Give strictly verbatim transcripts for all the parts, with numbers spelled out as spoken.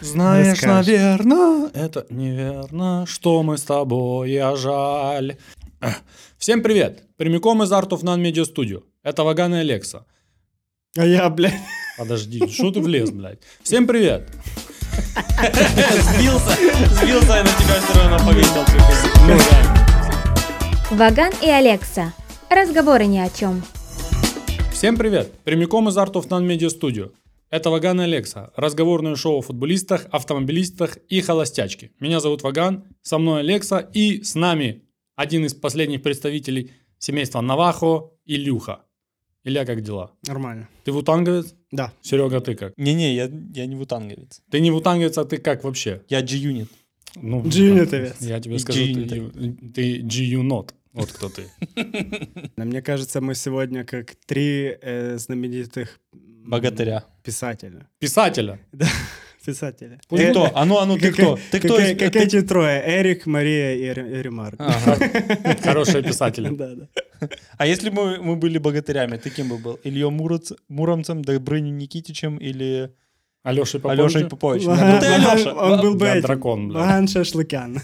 Знаешь, наверное, это неверно, что мы с тобой, а жаль. Всем привет! Прямиком из Art of None Media Studio. Это Ваган и Алекса. А я, блядь... Подожди, что ты влез, блядь? Всем привет! Сбился, сбился, я на тебя все равно повесил. Ну, да. Ваган и Алекса. Разговоры ни о чем. Всем привет! Прямиком из Art of None Media Studio. Это Ваган и Алекса. Разговорное шоу о футболистах, автомобилистах и холостячке. Меня зовут Ваган, со мной Алекса и с нами один из последних представителей семейства Навахо, Илюха. Илья, как дела? Нормально. Ты вутанговец? Да. Серега, ты как? Не-не, я, я не вутанговец. Ты не вутанговец, а ты как вообще? Я G-Unit. Ну, G-Unitовец. Я тебе И скажу, ты, G-Unit. ты G-Unot. Вот кто ты. Мне кажется, мы сегодня как три э, знаменитых... м, Богатыря. Писателя. Писателя. Да, писателя. Ты Э, кто? А ну, а ну, ты как- кто? Ты как- кто? Как из- как ты- эти трое. Эрик, Мария и Ре- и Ремарк. Ага. Хорошие писатели. Да, да. А если бы мы, мы были богатырями, ты кем бы был? Ильей Муроц- Муромцем, Добрыней Никитичем или Алёшей Поповичем? Алешей Поповичем? Ваган- Ну ты Ваган- Алеша. Он был бы Я этим. дракон, бля. Ваган Шашлыкян.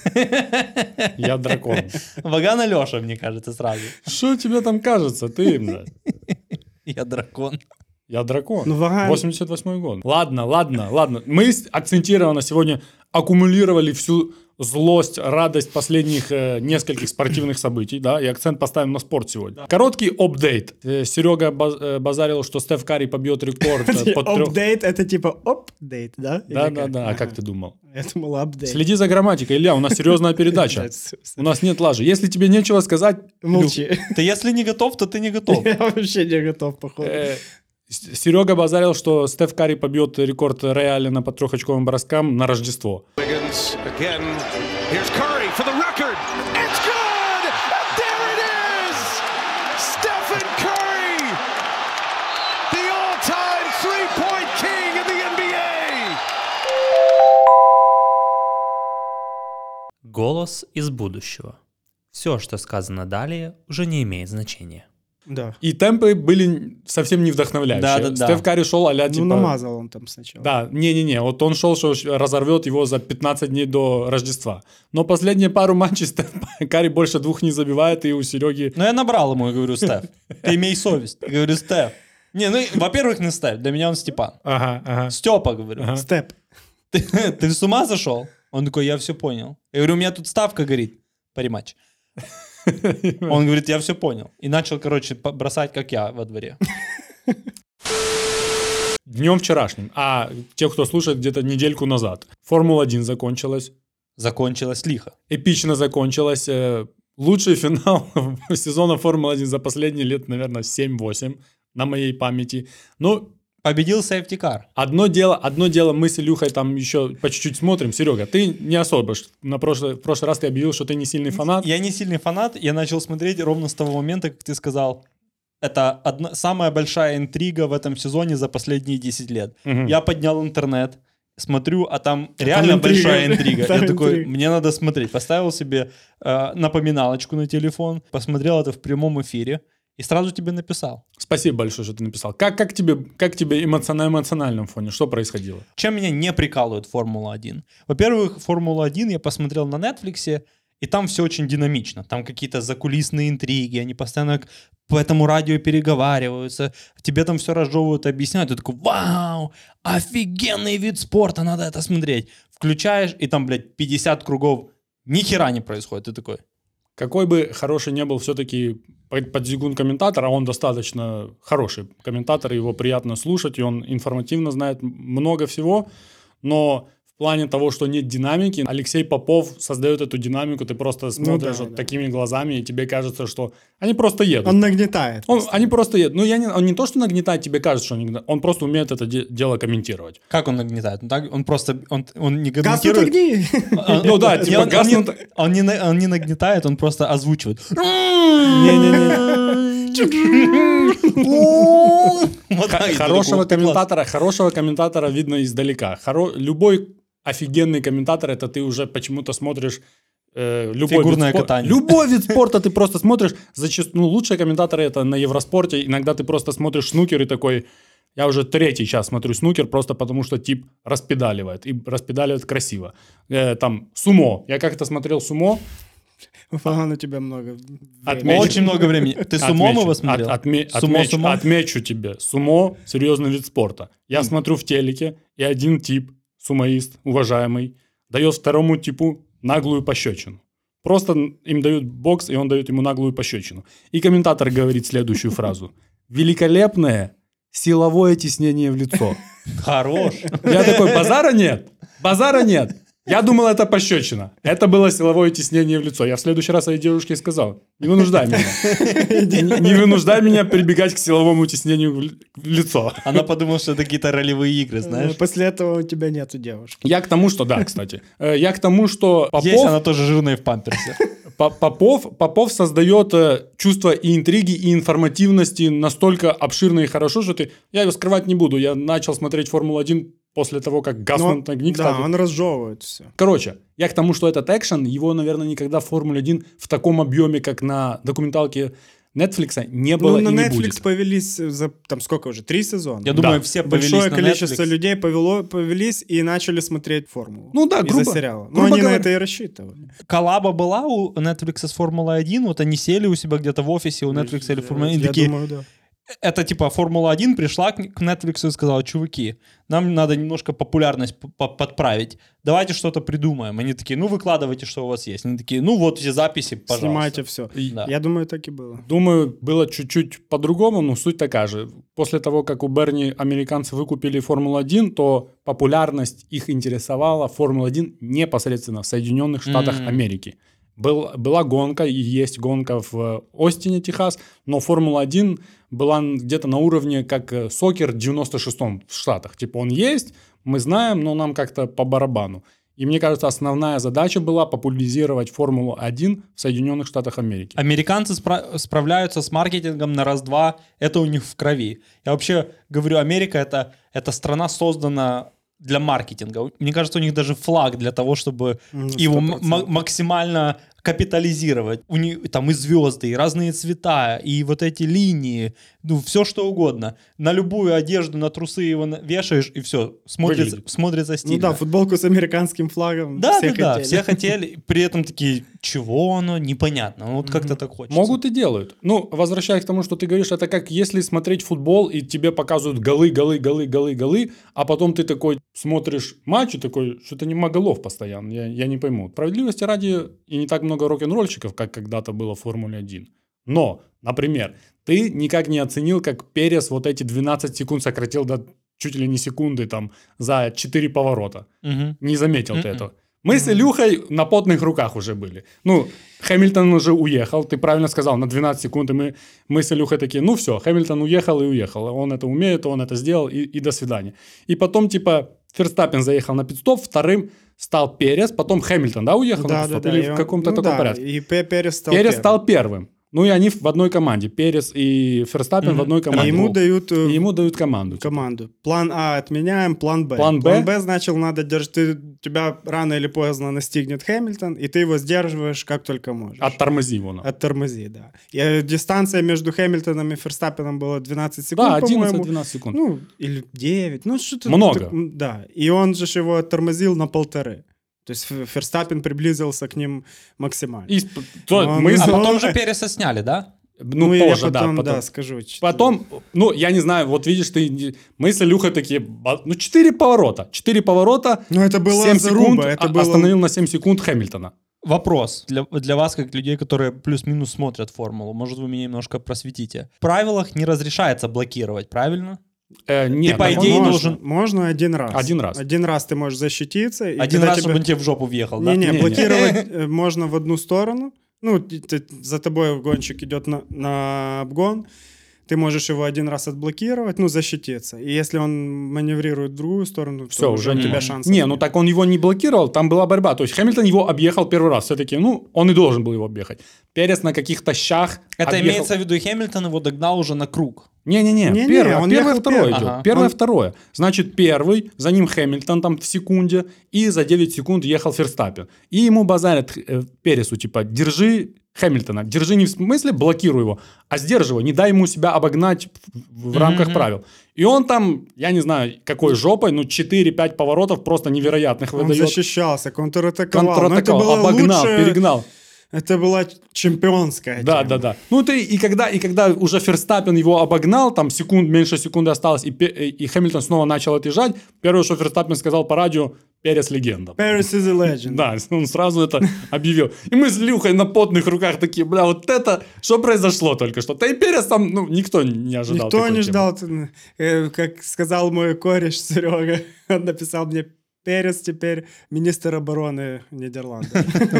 Я дракон. Ваган Алеша, мне кажется, сразу. Что тебе там кажется? Ты, блядь. Я дракон. Я дракон. Ну, Ваган- восемьдесят восьмой год. Ладно, ладно, ладно. Мы с- акцентированно сегодня аккумулировали всю злость, радость последних э, нескольких спортивных событий, да, и акцент поставим на спорт сегодня. Короткий апдейт. Э, Серега баз- э, базарил, что Стеф Карри побьет рекорд э, под трех... Апдейт — это типа апдейт, да? Или Да, как? да, да. А Ага. как ты думал? Я думал, апдейт. Следи за грамматикой, Илья, у нас серьезная передача. У нас нет лажи. Если тебе нечего сказать, Молчи. Ты если не готов, то ты не готов. Я вообще не готов, походу. Э, С- Серега базарил, что Стеф Карри побьет рекорд Рэя Аллена по трехочковым броскам на Рождество. Wiggins again. Here's Curry for the record. It's good! And there it is! Stephen Curry! The all-time three-point king in the эн би эй! Голос из будущего. Все, что сказано далее, уже не имеет значения. Да. И темпы были совсем не вдохновляющие. Да-да-да. Стеф Карри шел а-ля типа... Ну, намазал он там сначала. Да, не-не-не, вот он шел, что разорвет его за пятнадцать дней до Рождества. Но последние пару матчей Стеф Карри больше двух не забивает, и у Сереги... Но я набрал ему и говорю, Стеф, ты имей совесть. Я говорю, Стеф. Не, ну, во-первых, не Стеф, для меня он Степан. Ага, ага. Степа, говорю. Ага. Степ. Ты, ты с ума зашел? Он такой, я все понял. Я говорю, у меня тут ставка горит по рематч. Он говорит, я все понял. И начал, короче, по- бросать, как я во дворе. Днем вчерашним, а те, кто слушает где-то недельку назад, Формула один закончилась, Закончилось лихо. эпично закончилась. э, Лучший финал сезона Формулы один за последние лет, наверное, семь-восемь на моей памяти. Ну, Победил сейфтикар. одно дело, одно дело мы с Илюхой там еще по чуть-чуть смотрим. Серега, ты не особо. ш- На прошлый, в прошлый раз ты объявил, что ты не сильный фанат. Я не сильный фанат, я начал смотреть ровно с того момента, как ты сказал, это одна, самая большая интрига в этом сезоне за последние десять лет. Мгм. Я поднял интернет, смотрю, а там реально интрига. большая интрига. Там Я такой, интрига. мне надо смотреть. Поставил себе э, напоминалочку на телефон, посмотрел это в прямом эфире и сразу тебе написал. Спасибо большое, что ты написал. Как, как тебе, как тебе эмоци- на эмоциональном фоне? Что происходило? Чем меня не прикалывает Формула один? Во-первых, Формула один я посмотрел на Netflix, и там все очень динамично. Там какие-то закулисные интриги, они постоянно к- по этому радио переговариваются, тебе там все разжевывают, объясняют. Ты такой, вау, офигенный вид спорта, надо это смотреть. Включаешь, и там, блядь, пятьдесят кругов, ни хера не происходит. Ты такой, Какой бы хороший не был все-таки подзигун комментатор, а он достаточно хороший комментатор, его приятно слушать, и он информативно знает м- много всего, но в плане того, что нет динамики, Алексей Попов создает эту динамику, ты просто смотришь да, вот да. такими глазами, и тебе кажется, что они просто едут. Он нагнетает. Он- они просто едут. Ну, я не, он не то, что нагнетает, тебе кажется, что он, нагнетает, он просто умеет это де- дело комментировать. как он нагнетает? Он, так, он просто, он, он не Гаснут комментирует. огни. Он- Ну да, не, типа он, он не, гаснут- он не на- он не нагнетает, он просто озвучивает. Вот так, Х- и ты Хорошего такой, комментатора, хорошего комментатора видно издалека. Хоро- любой офигенный комментатор, это ты уже почему-то смотришь э, любой Фигурное вид спор- катание. Любой вид спорта ты просто смотришь. Зачастую, ну, лучшие комментаторы это на Евроспорте. Иногда ты просто смотришь снукер и такой, Я уже третий час смотрю снукер, просто потому что тип распедаливает. И распедаливает красиво. Э, там, сумо. Я как-то смотрел сумо. Ваган, у тебя много Отмечу. времени. Очень много времени. Ты сумо его смотрел? От, отме, Сумо, отмечу, сумо? отмечу тебе. Сумо – серьезный вид спорта. Я mm. смотрю в телеке, и один тип, сумоист, уважаемый, дает второму типу наглую пощечину. Просто им дают бокс, и он дает ему наглую пощечину. И комментатор говорит следующую фразу. «Великолепное силовое теснение в лицо». Хорош. Я такой, базара нет, базара нет. Я думал, это пощечина. Это было силовое теснение в лицо. Я в следующий раз этой девушке сказал, не вынуждай меня. Не, не вынуждай меня прибегать к силовому теснению в, в лицо. Она подумала, что это какие-то ролевые игры, знаешь. После этого у тебя нету девушки. Я к тому, что, да, кстати. Э, Я к тому, что Попов, Есть она тоже жирная в памперсе. По- Попов, Попов создает э, чувство и интриги, и информативности настолько обширно и хорошо, что ты... Я его скрывать не буду. Я начал смотреть Формулу-один после того, как гаснул на гник. Да, он разжевывает все. Короче, я к тому, что этот экшен, его, наверное, никогда в Формуле-один в таком объеме, как на документалке Netflix, не было Ну, и на не Netflix будет. повелись за, там, сколько уже, три сезона? Я думаю, Да. все повелись Большое на количество Netflix. людей повело, повелись и начали смотреть формулу. Ну да, грубо- из-за сериала. Но грубо они говоря- на это и рассчитывали. Коллаба была у Netflix с Формулой-один, вот они сели у себя где-то в офисе у Netflix или Формулы-один, Я такие, думаю, да. это типа Формула-один пришла к к Netflix и сказала, чуваки, нам надо немножко популярность п- п- подправить, давайте что-то придумаем. Они такие, ну выкладывайте, что у вас есть. Они такие, ну вот все записи, пожалуйста. Снимайте все. Да. Я думаю, так и было. Думаю, было чуть-чуть по-другому, но суть такая же. После того, как у Берни американцы выкупили Формулу-один, то популярность их интересовала Формула-один непосредственно в Соединенных Штатах М. Америки. Был, была гонка, и есть гонка в Остине, Техас, но Формула-один была где-то на уровне, как э, сокер в девяносто шестом в Штатах. Типа он есть, мы знаем, но нам как-то по барабану. И мне кажется, основная задача была популяризировать Формулу-один в Соединенных Штатах Америки. Американцы спра- справляются с маркетингом на раз-два, это у них в крови. Я вообще говорю, Америка это, это страна создана для маркетинга. Мне кажется, у них даже флаг для того, чтобы Ну, его сто м- процентов. максимально капитализировать. У них там и звезды, и разные цвета, и вот эти линии, ну, все что угодно. На любую одежду, на трусы его на- вешаешь, и все, смотрится, Выглядит. смотрится Ну стильно. да, футболку с американским флагом да, все да, да, хотели. все хотели, при этом такие, чего оно, непонятно, ну, вот как-то так хочется. Могут и делают. Ну, возвращаясь к тому, что ты говоришь, это как если смотреть футбол, и тебе показывают голы, голы, голы, голы, голы, а потом ты такой смотришь матч и такой, что-то нема голов постоянно, я, я не пойму. Справедливости ради, и не так много рок-н-ролльщиков, как когда-то было в Формуле-один. Но, например, ты никак не оценил, как Перес вот эти двенадцать секунд сократил до чуть ли не секунды там за четыре поворота. Мгм. Не заметил ты Мгм. этого. Мы с Илюхой на потных руках уже были. Ну, Хэмилтон уже уехал, ты правильно сказал, на двенадцать секунд, и мы, мы с Илюхой такие, ну все, Хэмилтон уехал и уехал. Он это умеет, он это сделал, и, и до свидания. И потом, типа, Ферстаппен заехал на пит-стоп, вторым стал Перес, потом Хэмилтон, да, уехал на Да, да, пит-стоп? да. Или и в он- каком-то ну таком да, порядке? И Пе- Перес стал Перес первым. стал первым. Ну, и они в одной команде. Перес и Ферстаппен в одной И команде. ему дают э, И ему дают команду. типа. команду. План А отменяем, план Б. План Б? План Б значил, надо держать. Ты, тебя рано или поздно настигнет Хэмилтон, и ты его сдерживаешь как только можешь. Оттормози его. на. Оттормози, да. И э, дистанция между Хэмилтоном и Ферстаппеном была двенадцать секунд, Да, по-моему. одиннадцать-двенадцать секунд. Ну, или девять, ну что-то... Много. так, м, да, и он же ж его оттормозил на полторы. То есть Ф- Ферстаппен приблизился к ним максимально. И сп- то Ну, мы ну, с- А Ну, потом э, же Переса сняли, да? ну, я позже, потом, да, потом. скажу. ч- Потом, ну, я не знаю, вот видишь, ты, не- мы с Илюхой такие, ба- ну, четыре поворота, четыре поворота, Ну, это была семь заруба, секунд, это а- было... остановил на семь секунд Хэмилтона. Вопрос для, для вас, как людей, которые плюс-минус смотрят формулу. Может, вы меня немножко просветите. В правилах не разрешается блокировать, правильно? Э, нет, по так он- идее, можно, должен- можно один раз. Один раз. Один раз ты можешь защититься. и Один когда раз, тебя- чтобы он тебе в жопу въехал, да? Не-не, Не-не. блокировать э, можно в одну сторону. Ну, ты- ты- за тобой гонщик идет на, на обгон. Ты можешь его один раз отблокировать, ну, защититься. И если он маневрирует в другую сторону, Все, то уже у не тебя может. шансов Не, нет. ну так он его не блокировал, там была борьба. То есть Хэмилтон его объехал первый раз. Все-таки, ну, он и должен был его объехать. Перес на каких-то щах Это объехал- имеется в виду, Хэмилтон его догнал уже на круг. Не-не-не, Не-не, первое, он первое, ехал второе первый. идет. Ага. Первое, Он- второе. Значит, первый, за ним Хэмилтон там в секунде, и за девять секунд ехал Ферстаппен. И ему базарят э, Пересу, типа, держи Хэмилтона. Держи не в смысле блокируй его, а сдерживай, не дай ему себя обогнать в, в рамках mm-hmm. правил. И он там, я не знаю, какой жопой, ну четыре-пять поворотов просто невероятных он выдает. Он защищался, контратаковал. Контратаковал, это было обогнал, лучше... перегнал. Это была чемпионская Да, тема. да, да. Ну, ты, и когда, и когда уже Ферстаппен его обогнал, там секунд, меньше секунды осталось, и, и Хэмилтон снова начал отъезжать, первое, что Ферстаппен сказал по радио, Перес легенда. Перес is a legend. Да, он сразу это объявил. И мы с Люхой на потных руках такие, бля, вот это, что произошло только что? Да и Перес там, ну, никто не ожидал. Никто не темы. ждал. Как сказал мой кореш Серега, он написал мне, Перес теперь министр обороны Нидерландов.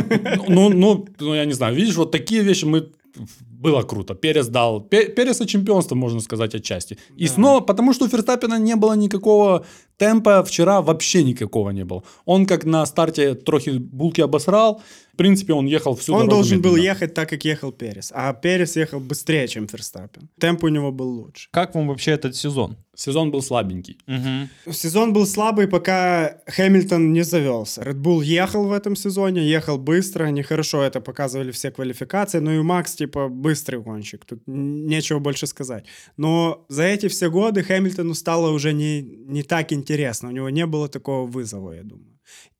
Ну, ну, ну, я не знаю, видишь, вот такие вещи мы... Было круто. Перес дал... Переса чемпионство, можно сказать, отчасти. И да. снова, потому что у Ферстаппена не было никакого темпа, вчера вообще никакого не было. Он как на старте трохи булки обосрал, в принципе, он ехал всю он дорогу должен медленно. был ехать так, как ехал Перес. А Перес ехал быстрее, чем Ферстаппен. Темп у него был лучше. Как вам вообще этот сезон? Сезон был слабенький. Угу. Сезон был слабый, пока Хэмилтон не завелся. Red Bull ехал в этом сезоне, ехал быстро, они хорошо это показывали все квалификации, но и Макс, типа, быстрый гонщик, тут нечего больше сказать. Но за эти все годы Хэмилтону стало уже не, не так интересно, у него не было такого вызова, я думаю.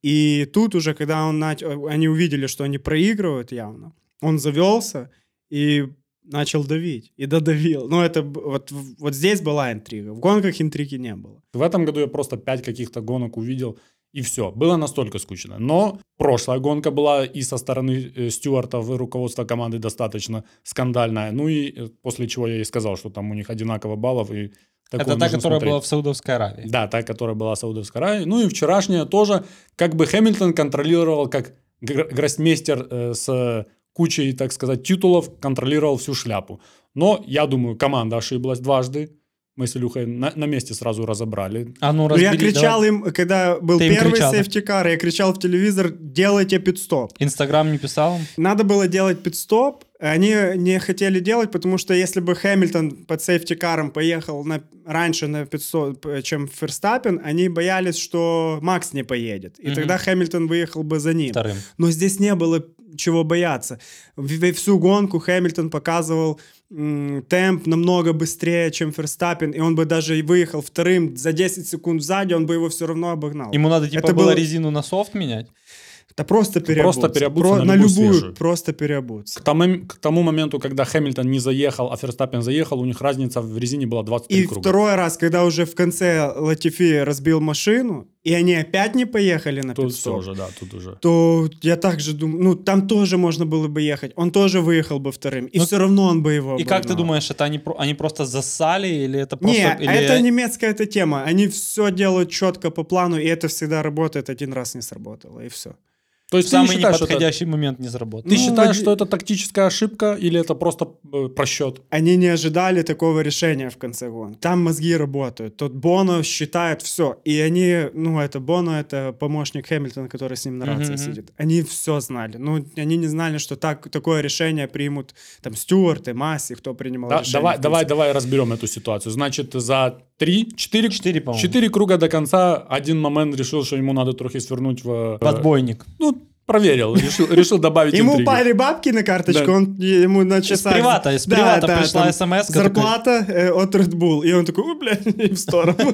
И тут уже, когда он нач... они увидели, что они проигрывают явно, он завелся и начал давить. И додавил. Ну, это вот, вот здесь была интрига. В гонках интриги не было. В этом году я просто пять каких-то гонок увидел, и все. Было настолько скучно. Но прошлая гонка была и со стороны стюартов, и руководства команды достаточно скандальная. Ну и после чего я и сказал, что там у них одинаково баллов. И это та, которая смотреть. была в Саудовской Аравии. Да, та, которая была в Саудовской Аравии. Ну и вчерашняя тоже. Как бы Хэмилтон контролировал, как гроссмейстер э, с кучей, так сказать, титулов, контролировал всю шляпу. Но, я думаю, команда ошиблась дважды. Мы с Илюхой на, на месте сразу разобрали. А ну, разбери, я кричал давай. им, когда был Ты первый сейфтикар, я кричал в телевизор, делайте пит-стоп. Инстаграм не писал? Надо было делать пит-стоп. Они не хотели делать, потому что если бы Хэмилтон под сейфтикаром поехал на, раньше на пит-стоп, чем Ферстаппен, они боялись, что Макс не поедет. И mm-hmm. тогда Хэмилтон выехал бы за ним. Вторым. Но здесь не было чего бояться. Всю гонку Хэмилтон показывал м, темп намного быстрее, чем Ферстаппен, и он бы даже и выехал вторым за десять секунд сзади, он бы его все равно обогнал. Ему надо типа Это было было... резину на софт менять? Да просто переобуться. Просто переобуться Про... на, на любую, свежую. просто переобуться. К тому, к тому моменту, когда Хэмилтон не заехал, а Ферстаппен заехал, у них разница в резине была двадцать три и круга. И второй раз, когда уже в конце Латифи разбил машину, и они опять не поехали на тут пит-стоп, уже, да, тут уже. то я также думаю, ну там тоже можно было бы ехать, он тоже выехал бы вторым, и ну, все равно он бы его И обогнал. как ты думаешь, это они, они просто зассали, или это просто... Не, или... это немецкая эта тема, они все делают четко по плану, и это всегда работает, один раз не сработало, и все. То есть в самый считаешь, неподходящий это... момент не заработал. Ты ну, считаешь, в... что это тактическая ошибка или это просто э, просчет? Они не ожидали такого решения в конце гонки. Там мозги работают. Тот Боно считает все. И они, ну это Боно, это помощник Хэмилтона, который с ним на рации mm-hmm. сидит. Они все знали. Ну они не знали, что так, такое решение примут там Стюарт и Масси, кто принимал да, решение. Давай, давай, давай разберем эту ситуацию. Значит, за три, четыре, четыре, по-моему. четыре круга до конца один момент решил, что ему надо трохи свернуть в... В отбойник. Ну, проверил, решил, решил добавить ему интриги. упали бабки на карточку, да. он ему на часах... Из привата, из привата да, пришла да, смс. Зарплата такой... э, от Red Bull. И он такой, ой, блядь, и в сторону.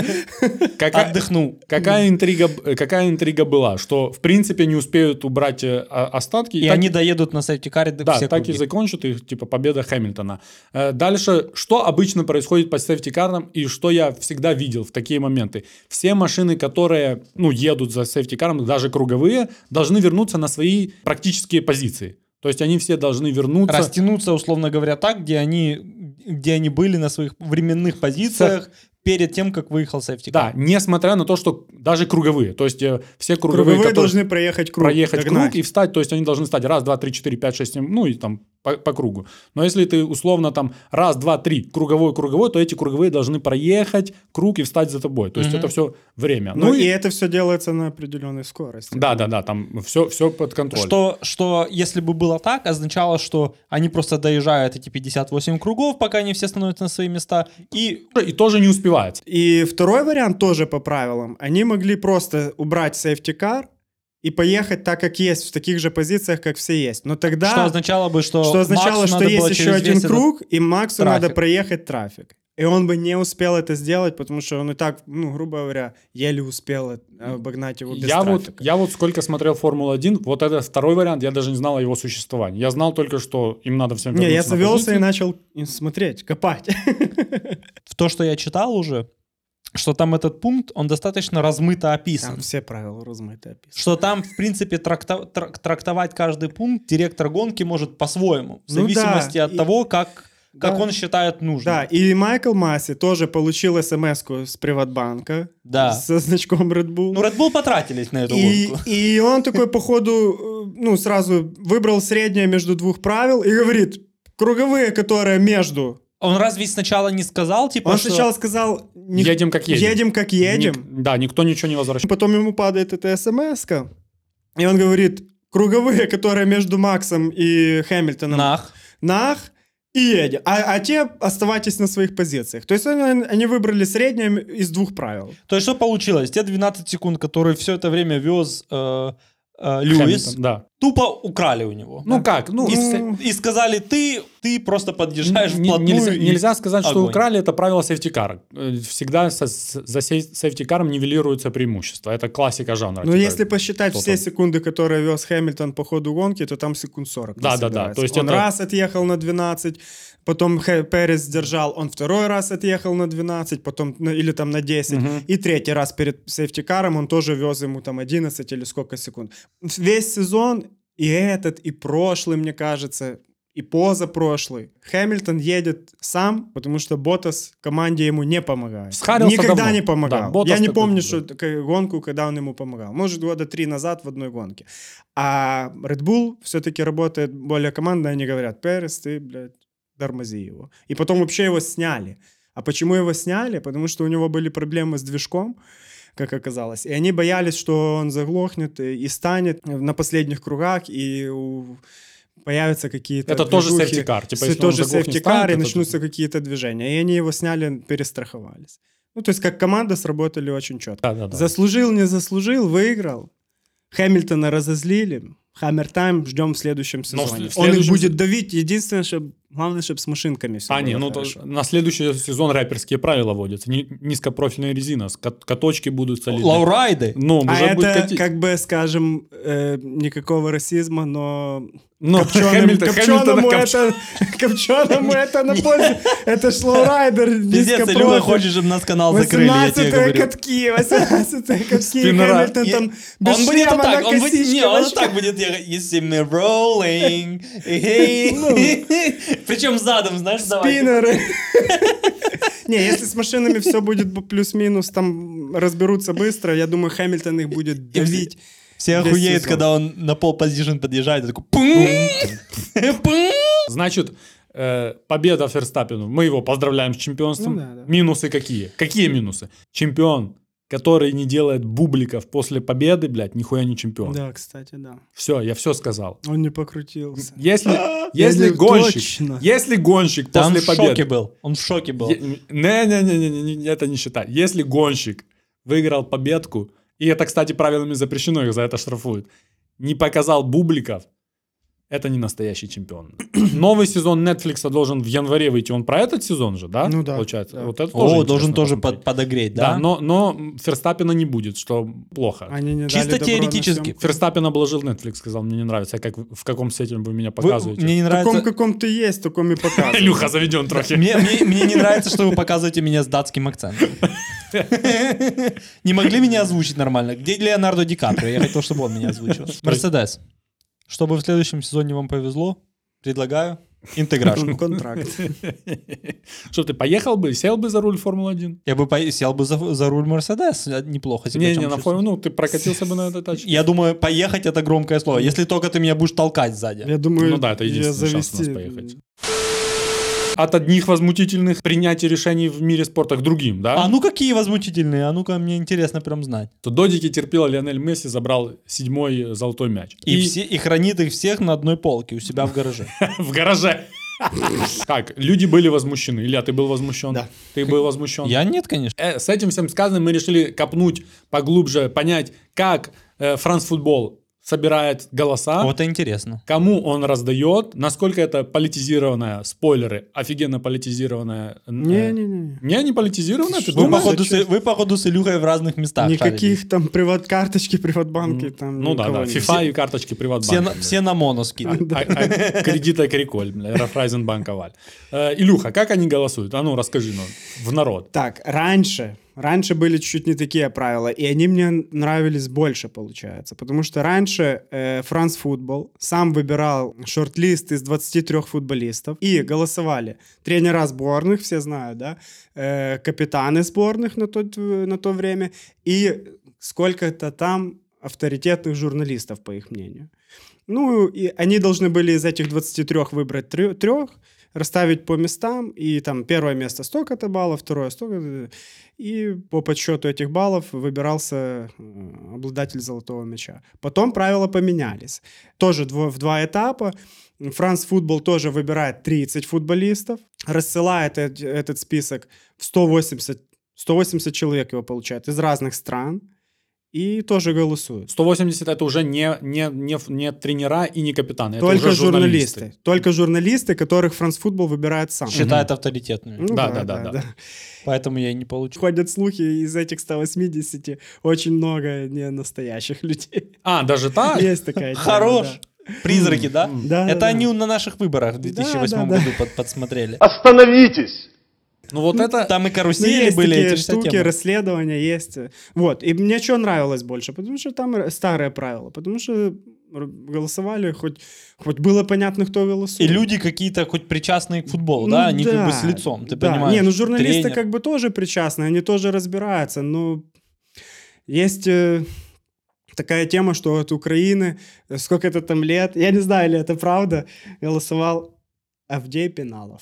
Отдохнул. Какая интрига, какая интрига была? Что, в принципе, не успеют убрать остатки. И они доедут на сейфтикаре Да, все так и закончат, и типа победа Хэмилтона. Дальше, что обычно происходит по сейфтикарам, и что я всегда видел в такие моменты? Все машины, которые, ну, едут за сейфтикаром, даже круговые, должны вернуться на свои практические позиции. То есть они все должны вернуться... Растянуться, условно говоря, так, где они, где они были на своих временных позициях С... перед тем, как выехал сейфтикар. Да, несмотря на то, что даже круговые. То есть э, все круговые... Круговые должны проехать круг. Проехать догнать. круг и встать. То есть они должны стать раз, два, три, четыре, пять, шесть, семь, ну и там по, по кругу. Но если ты условно там раз, два, три, круговой, круговой, то эти круговые должны проехать круг и встать за тобой. То есть mm-hmm. это все время. Ну, ну и, и это все делается на определенной скорости. Да, да, да, там все, все под контролем. Что, что если бы было так, означало, что они просто доезжают эти пятьдесят восемь кругов, пока они все становятся на свои места, и... И тоже не успевается. И второй вариант тоже по правилам. Они могли просто убрать сейфтикар и поехать так, как есть, в таких же позициях, как все есть. Но тогда... Что означало бы, что Что означало, Максу что надо было есть еще через один весь этот круг, и Максу трафик. надо проехать трафик. И он бы не успел это сделать, потому что он и так, ну, грубо говоря, еле успел обогнать его без я трафика. вот, я вот сколько смотрел Формулу один, вот это второй вариант, я даже не знал о его существовании. Я знал только, что им надо всем Не, я вернуться на завелся позиции. и начал смотреть, копать. В то, что я читал уже, что там этот пункт, он достаточно размыто описан. Там все правила размыты описаны. Что там, в принципе, тракто- трак- трактовать каждый пункт директор гонки может по-своему, в Ну зависимости да, от и- того, как, как Да. он считает нужным. Да, и Майкл Масси тоже получил смс-ку с Приватбанка Да. со значком Red Bull. Ну, Red Bull потратились на эту И, гонку. и он такой, походу, э, ну, сразу выбрал среднее между двух правил и говорит, круговые, которые между. Он разве сначала не сказал, типа, Он что... сначала сказал... не- Едем как едем. Едем как едем. Ник- да, никто ничего не возвращает. Потом ему падает эта смс-ка, и он говорит, круговые, которые между Максом и Хэмилтоном. Нах. Нах. И едем. А, а те оставайтесь на своих позициях. То есть они, они выбрали среднее из двух правил. То есть что получилось? Те двенадцать секунд, которые все это время вез э, э, Льюис, Хэмилтон, да. тупо украли у него. Ну как, ну... И, Ну, с- и сказали, ты, ты просто подъезжаешь Не- вплотную. нельзя, и- нельзя сказать, что огонь. украли, это правило сейфтикара. Э, Всегда со- с- за сей- сейфтикаром нивелируется преимущество. Это классика жанра. Но типа, если посчитать кто все там. секунды, которые вез Хэмилтон по ходу гонки, то там секунд сорок. Да, да, да. собирается. То есть он это- раз отъехал на двенадцать, потом Хэ- Перес сдержал, он второй раз отъехал на двенадцать, потом, ну, или там на десять, Мгм. и третий раз перед сейфтикаром он тоже вез ему там одиннадцать или сколько секунд. Весь сезон, и этот, и прошлый, мне кажется, и позапрошлый, Хэмилтон едет сам, потому что Ботас команде ему не помогает. Схарился Никогда давно. не помогал. Да, Ботас Я не такой, помню, да. что такая гонку, когда он ему помогал. Может, года три назад в одной гонке. А Red Bull все-таки работает более командно, они говорят, Перес, ты, блядь, тормози его. И потом вообще его сняли. А почему его сняли? Потому что у него были проблемы с движком, как оказалось. И они боялись, что он заглохнет и и станет на последних кругах, и у- появятся какие-то Это тоже движухи. сейфтикар. Типа, С- если он тоже заглохнет, сейфтикар, станет, и это начнутся какие-то движения. И они его сняли, перестраховались. Ну, то есть как команда сработали очень четко. Да, да, да. Заслужил, не заслужил, выиграл. Хэмилтона разозлили. Хаммер тайм ждем в следующем Но в сезоне. сл- в Он их следующем будет се- давить. Единственное, что главное, чтобы с машинками все А, не, ну то, на следующий сезон рэперские правила вводятся. Ни- Низкопрофильная резина, с кат- каточки будут солидные. Лаурайды. Ну, А уже будет это, катить. как бы, скажем, э, никакого расизма, но Но копченому, Хэмилтон- копченому, Хэмилтона это, копченому это на пользу. Это ж лоурайдер, Пиздец, низкопрофиль. Илюха хочет, чтобы нас канал закрыли, я тебе восемнадцатые говорю. катки, восемнадцатые катки, Спиннера. Хэмилтон И- там без Он будет шлема вот так, на он будет, не, косичке. он вообще. так будет ехать. You see me rolling. Причем задом, знаешь, давай. Спиннеры. Не, если с машинами все будет б- плюс-минус, там разберутся быстро, я думаю, Хэмилтон их будет давить. Все весь охуеют, сезон. когда он на пол позишн подъезжает, и такой пум, пум. Значит, э, победа Ферстаппену. Мы его поздравляем с чемпионством. Ну да, да. Минусы какие? Какие минусы? Чемпион, который не делает бубликов после победы, блядь, нихуя не чемпион. Да, кстати, да. Все, я все сказал. Он не покрутился. Если, Я если не- гонщик, точно. если гонщик Да он после в шоке победы... был, он в шоке был. Не-не-не, это не считай. Если гонщик выиграл победку, и это, кстати, правилами запрещено, их за это штрафуют, не показал бубликов, это не настоящий чемпион. Новый сезон Netflix должен в январе выйти. Он про этот сезон же, да? Ну да, Получается. да. Вот это О, тоже должен интересно тоже посмотреть. под- подогреть, Да, да? но, но Ферстаппена не будет, что плохо. Они не Чисто дали добро на теоретически. съемку. Ферстаппен обложил Netflix, сказал, мне не нравится. А как, в каком сете вы меня Вы- показываете? мне не В таком, нравится... каком ты есть, таком и показывай. Илюха заведен трохи. Мне, мне- мне не нравится, что вы показываете меня с датским акцентом. Не могли меня озвучить нормально? Где Леонардо Ди Каприо? Я хотел, чтобы он меня озвучил. Мерседес. Чтобы в следующем сезоне вам повезло, предлагаю интеграшку. Контракт. Что, ты поехал бы, сел бы за руль Формулы один? Я бы по- сел бы за, за руль Мерседес. Неплохо себя Не, в не, чём на чувствую. Формулу, ну, ты прокатился бы на этой тачке. Я думаю, поехать это громкое слово. Если только ты меня будешь толкать сзади. Я думаю, Ну да, это я единственный шанс у нас завести... поехать. От одних возмутительных принятий решений в мире спорта к другим, да? А ну какие возмутительные? А ну-ка, мне интересно прям знать. То додики терпела, Лионель Месси забрал седьмой золотой мяч. И, все, и хранит их всех на одной полке у себя в гараже. в гараже. Как, люди были возмущены. Илья, ты был возмущен? Да. Ты был возмущен? Я нет, конечно. Э, С этим всем сказанным мы решили копнуть поглубже, понять, как э, France Football собирает голоса, Вот это интересно. кому он раздает, насколько это политизированная, спойлеры, офигенно политизированная... э, Не-не-не. Не, не политизированная, ты Вы, думаешь? походу, с, вы, походу, с Илюхой в разных местах шарились. Никаких там приват-карточки, приват-банки. Там Ну да, никого да, нет. FIFA и карточки Все Приватбанка. на, все на моно скидывают. А- а Кредита Криколь, бля, Райффайзенбанк Аваль. Э, Илюха, как они голосуют? А ну, расскажи ну, в народ. Так, раньше, раньше были чуть не такие правила, и они мне нравились больше, получается. Потому что раньше э, France Football сам выбирал шорт-лист из двадцати трёх футболистов, и голосовали тренера сборных, все знают, да, э, капитаны сборных на, тот, на то время, и сколько-то там авторитетных журналистов, по их мнению. Ну, и они должны были из этих двадцати трёх выбрать трё- трех, расставить по местам, и там первое место столько-то баллов, второе столько-то, и по подсчету этих баллов выбирался э, обладатель золотого мяча. Потом правила поменялись. Тоже дво- в два этапа. France Football тоже выбирает тридцать футболистов, рассылает эт- этот список в сто восемьдесят, сто восемьдесят человек его получает из разных стран, и тоже голосуют. сто восемьдесят это уже не, не, не, не тренера и не капитаны, это Только уже журналисты. журналисты. Только журналисты, которых France Football выбирает сам. Считают авторитетными. Ну Да, да, да, да. Поэтому я и не получил. Ходят слухи, из этих ста восьмидесяти очень много не настоящих людей. А, даже так? Есть такая тема, Хорош. да. Призраки, да? Да, Это да, они да. на наших выборах в две тысячи восьмом Да, да, году под- подсмотрели. Остановитесь! Ну вот это... Там и Ну, карусели есть были, такие эти вся штуки, тема. расследования есть. Вот. И мне что нравилось больше? Потому что там старые правила. Потому что р- голосовали, хоть, хоть было понятно, кто И голосует. люди какие-то хоть причастные к футболу, Ну да? Они как да, бы с лицом, ты да. понимаешь? Не, ну журналисты тренер. как бы тоже причастны, они тоже разбираются, но есть э, такая тема, что от Украины э, сколько-то там лет, я не знаю, или это правда, голосовал Авдей Пеналов.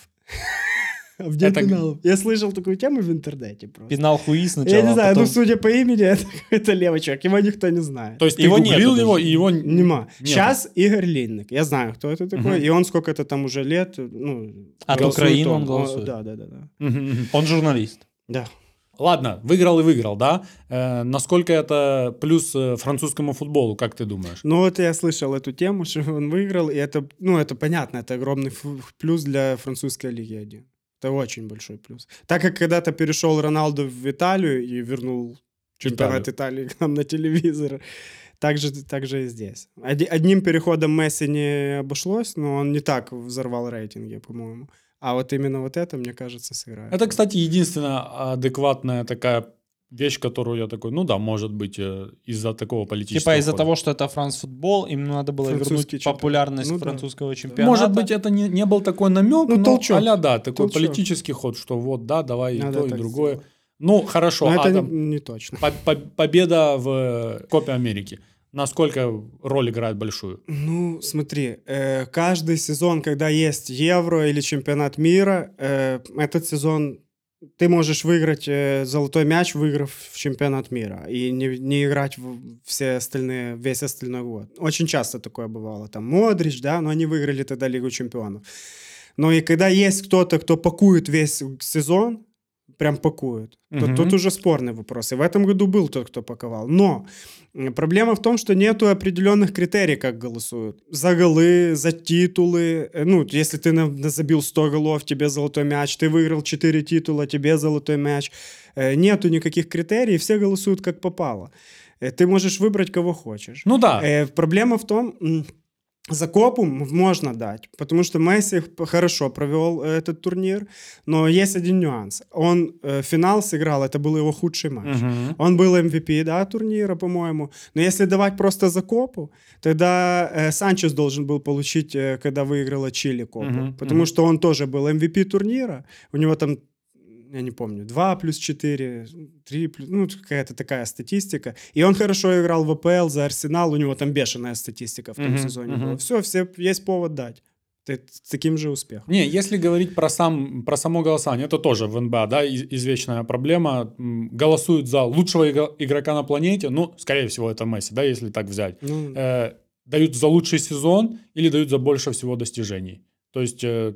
Авдей Это г- Пеналов. Я слышал такую тему в интернете просто. Пенал хуи сначала, Я не а знаю, потом... ну судя по имени, это какой-то левый человек, его никто не знает. То есть ты Его гуглил нету его, даже. и его... Нема. нету. Сейчас Игорь Линник. Я знаю, кто это такой. Мгм. И он сколько-то там уже лет. Ну, От голосует Украины он голосует. Да, да, да, да. Мгм, мгм. Он журналист. Да. Ладно, выиграл и выиграл, да? Э, насколько это плюс э, французскому футболу, как ты думаешь? Ну вот я слышал эту тему, что он выиграл, и это, ну это понятно, это огромный фу- плюс для французской Лиги один. Это очень большой плюс. Так как когда-то перешел Роналду в Италию и вернул чемпионат Италии к нам на телевизор, так же, так же и здесь. Оди- Одним переходом Месси не обошлось, но он не так взорвал рейтинги, по-моему. А вот именно вот это, мне кажется, сыграет. Это, кстати, единственная адекватная такая вещь, которую я такой, ну да, может быть, э, из-за такого политического Типа из-за хода. того, что это франц футбол, им надо было Французский вернуть чемпионат. популярность Ну да. французского чемпионата. Может быть, это не, не был такой намек, Ну, но толчок. а-ля да, такой Толчок. политический ход, что вот, да, давай Надо и то, и так другое. сделать. Ну, хорошо, Но а это там не, не точно. по- по- победа в э, Копе Америки, насколько роль играет большую? Ну, смотри, э, каждый сезон, когда есть Евро или чемпионат мира, э, этот сезон ты можешь выиграть э, золотой мяч, выиграв в чемпионат мира, и не, не играть в все остальные, весь остальной год. Очень часто такое бывало. Там Модрич, да, но они выиграли тогда Лигу чемпионов. Но и когда есть кто-то, кто пакует весь сезон, прям пакует, то Мгм. тут уже спорный вопрос. И в этом году был тот, кто паковал. Но м, проблема в том, что нету определенных критерий, как голосуют. За голы, за титулы. Э, Ну, если ты на- на- забил сто голов, тебе золотой мяч. Ты выиграл четыре титула, тебе золотой мяч. Э, Нету никаких критерий, все голосуют как попало. Э, Ты можешь выбрать, кого хочешь. Ну да, Э, Проблема в том... м, За Копу м- можно дать, потому что Месси п- хорошо провел э, этот турнир, но есть один нюанс. Он э, финал сыграл, это был его худший матч. Мгм. Он был эм ви пи, да, турнира, по-моему. Но если давать просто за Копу, тогда э, Санчес должен был получить, э, когда выиграла Чили Копу, Мгм, потому мгм. что он тоже был эм ви пи турнира. У него там, я не помню, два плюс четыре, три плюс... Ну, какая-то такая статистика. И он хорошо играл в АПЛ за Арсенал, у него там бешеная статистика в том Мгм, сезоне мгм. была. Все, все, есть повод дать. Ты с таким же успехом. Не, если говорить про, сам, про само голосование, это тоже в эн бэ а, да, из- извечная проблема. М, Голосуют за лучшего игро- игрока на планете, ну, скорее всего, это Месси, да, если так взять. Ну, Э, дают за лучший сезон или дают за больше всего достижений. То есть, э,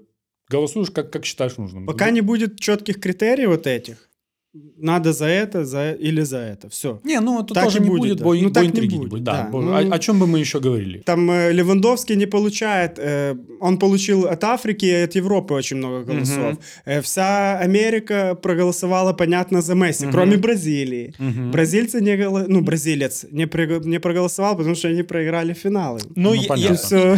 голосуешь, как, как считаешь нужным. Пока не будет четких критерий вот этих, надо за это за, или за это, все. Не, ну это Так тоже и не будет, будет, да. бой, Ну, бой так не интриги не будет, будет. Да. да. Бо- Ну, о, о чем бы мы еще говорили? Там э, Левандовский не получает, э, он получил от Африки и от Европы очень много голосов. Мгм. Э, вся Америка проголосовала, понятно, за Месси, Мгм. кроме Бразилии. Мгм. Прозильцы не голо... ну, бразилец не, прыг- не проголосовал, потому что они проиграли финалы. Ну, Ну, я- понятно. я- Все.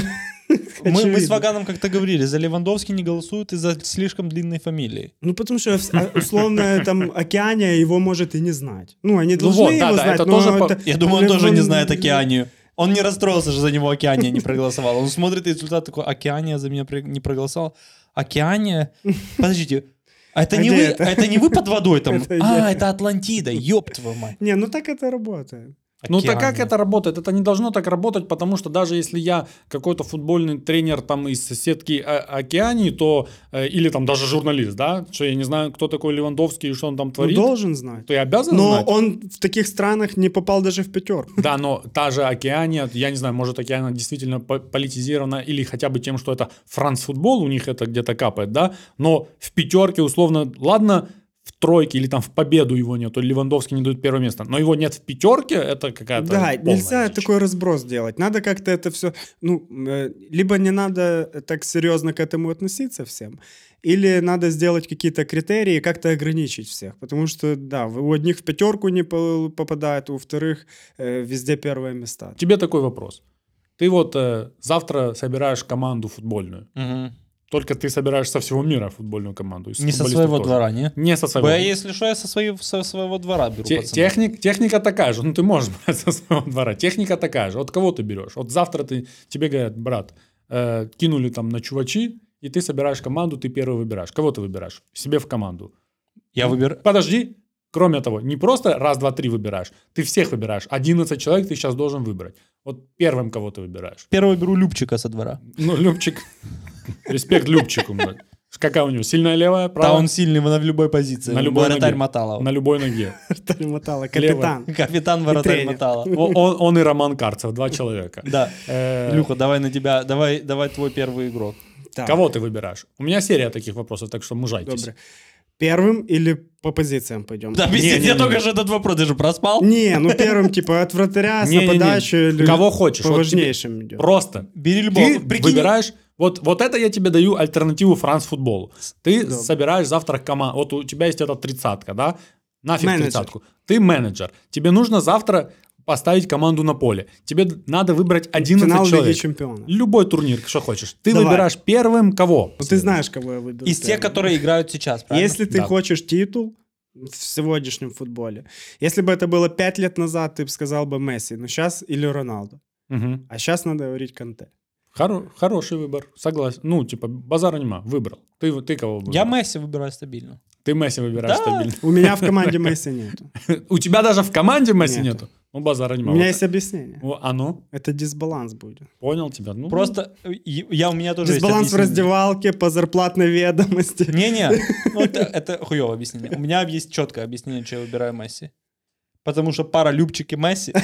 мы, мы с Ваганом как-то говорили, за Левандовский не голосуют из-за слишком длинной фамилии. Ну, потому что а, условно там Океания его может и не знать. Ну, они должны вот, да, его да, знать, это но тоже по- это- Я думаю, он тоже Леван- не знает Океанию. Он не расстроился, что за него Океания не проголосовала. Он смотрит результат такой, Океания за меня про- не проголосовала. Океания? Подождите, а это А не где вы, это? а это не вы под водой там? Это А, я. это Атлантида, ёб твою мать. Не, ну так это работает. Ну так как Океания. это работает? Это не должно так работать, потому что даже если я какой-то футбольный тренер там из сетки О- Океании, то э, или там даже журналист, да, что я не знаю, кто такой Левандовский и что он там Ну, творит, должен знать. то я обязан Но знать. он в таких странах не попал даже в пятерку. Да, но та же Океания, я не знаю, может Океания действительно по- политизирована или хотя бы тем, что это францфутбол, у них это где-то капает, да, но в пятерке условно, ладно, в тройке или там в победу его нет, то Левандовский не дает первое место, но его нет в пятерке, это какая-то Да, полная нельзя дичь. такой разброс делать. Надо как-то это все... Ну, э, либо не надо так серьезно к этому относиться всем, или надо сделать какие-то критерии и как-то ограничить всех. Потому что, да, у одних в пятерку не по- попадает, у вторых э, везде первые места. Тебе такой вопрос. Ты вот э, завтра собираешь команду футбольную, Мгм. только ты собираешь со всего мира футбольную команду. и с Не со футболистов своего тоже. двора, не? Не со своего. Бо я, если что, я со, своей- со своего двора беру, Те- пацаны. техник, техника такая же, ну ты можешь брать со своего двора. Техника такая же. Вот кого ты берешь? Вот завтра ты, тебе говорят, брат, э, кинули там на чувачи, и ты собираешь команду, ты первый выбираешь. Кого ты выбираешь? Себе в команду. Я выбираю... Подожди. Кроме того, не просто раз, два, три выбираешь, ты всех выбираешь. одиннадцать человек ты сейчас должен выбрать. Вот первым кого ты выбираешь? Первого беру Любчика со двора. Ну, Любчик. Респект Любчику. блядь. Какая у него? Сильная левая, Да, правая? он сильный на в любой позиции. На любой Вратарь ноге. Моталова. На любой ноге. Вратарь Мотала, капитан. Капитан вратарь тренер. Мотала. Он, он- он и Роман Карцев, два человека. Да. Э, Илюха, давай на тебя, давай, давай твой первый игрок. Так, Кого ты выбираешь? У меня серия таких вопросов, так что мужайтесь. Добре. Первым или по позициям пойдем? Да, пиздец, я только что этот вопрос, ты же проспал. Не, ну первым, типа, от вратаря с Не-не-не. наподачу или Кого хочешь. по Вот важнейшим идем. Просто. Бери любого. Ты Прикинь, выбираешь... Вот, вот это я тебе даю альтернативу францфутболу. Ты Да. собираешь завтра команду. Вот у тебя есть эта тридцатка, да? Нафиг Менеджер. тридцатку. Ты менеджер. Тебе нужно завтра поставить команду на поле. Тебе д- надо выбрать одиннадцать Финал Лиги человек. Чемпионов. Любой турнир, что хочешь. Ты Давай. выбираешь первым кого? Ну, ты знаешь, кого я выберу. из тех, первым. которые играют сейчас, правильно? Если ты Да. хочешь титул в сегодняшнем футболе, если бы это было пять лет назад, ты бы сказал бы Месси, но сейчас или Роналдо. Мгм. А сейчас надо говорить Канте. Хоро- хороший выбор, согласен. Ну, типа, базара нема, выбрал. Ты, ты кого выбрал? Я Месси выбираю стабильно. Ты Месси выбираешь Да. стабильно. У меня в команде Месси нету. У тебя даже в команде Месси Нету. нету? Ну, базара У нема. меня Вот. есть объяснение. О, а ну, Это дисбаланс будет. понял тебя. Ну, Просто э, и- я у меня тоже есть Дисбаланс в объяснение. раздевалке по зарплатной ведомости. Не-не, ну это, это хуёвое объяснение. У меня есть четкое объяснение, что я выбираю Месси. Потому что пара Любчик и Месси.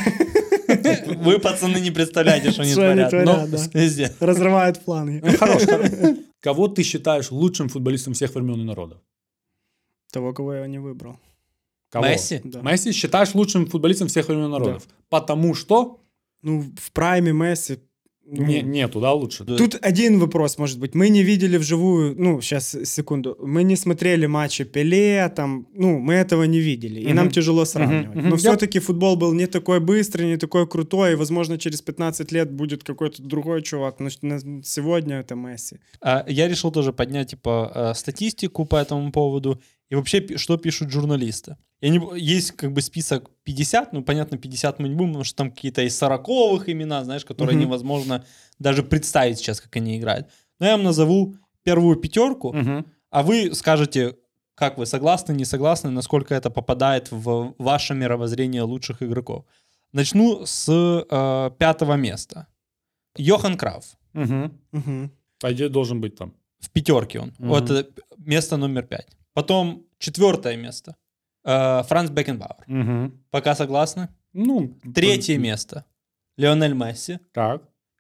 Вы, пацаны, не представляете, что они Что они творят. творят, Но да. везде. Разрывают фланги. ну, хорош, хорош. Кого ты считаешь лучшим футболистом всех времен и народов? Того, кого я не выбрал. Кого? Месси? Да. Месси считаешь лучшим футболистом всех времен и народов. Потому что Ну, в прайме Месси... ну, не, нету, да, лучше? Тут один вопрос, может быть. Мы не видели вживую, ну, сейчас, секунду, мы не смотрели матчи Пеле, там, ну, мы этого не видели, и Мгм. нам тяжело сравнивать. мгм. Но Я- все-таки футбол был не такой быстрый, не такой крутой, и, возможно, через пятнадцать лет будет какой-то другой чувак, но на- сегодня это Месси. А, Я решил тоже поднять, типа, э, статистику по этому поводу. И вообще, пи- что пишут журналисты. Я не, б- есть как бы список пятьдесят, ну, понятно, пятьдесят мы не будем, потому что там какие-то из сороковых имена, знаешь, которые Мгм. невозможно даже представить сейчас, как они играют. Но я вам назову первую пятерку, Мгм. а вы скажете, как вы, согласны, не согласны, насколько это попадает в ваше мировоззрение лучших игроков. Начну с э, пятого места. Йохан Крауф. Мгм. Мгм. По идее, должен быть там. В пятерке он. Мгм. Вот это место номер пять. Потом четвертое место. Э, Франц Бекенбауэр. Мгм. Пока согласны? Ну, Третье м, место. Лионель Месси. Так.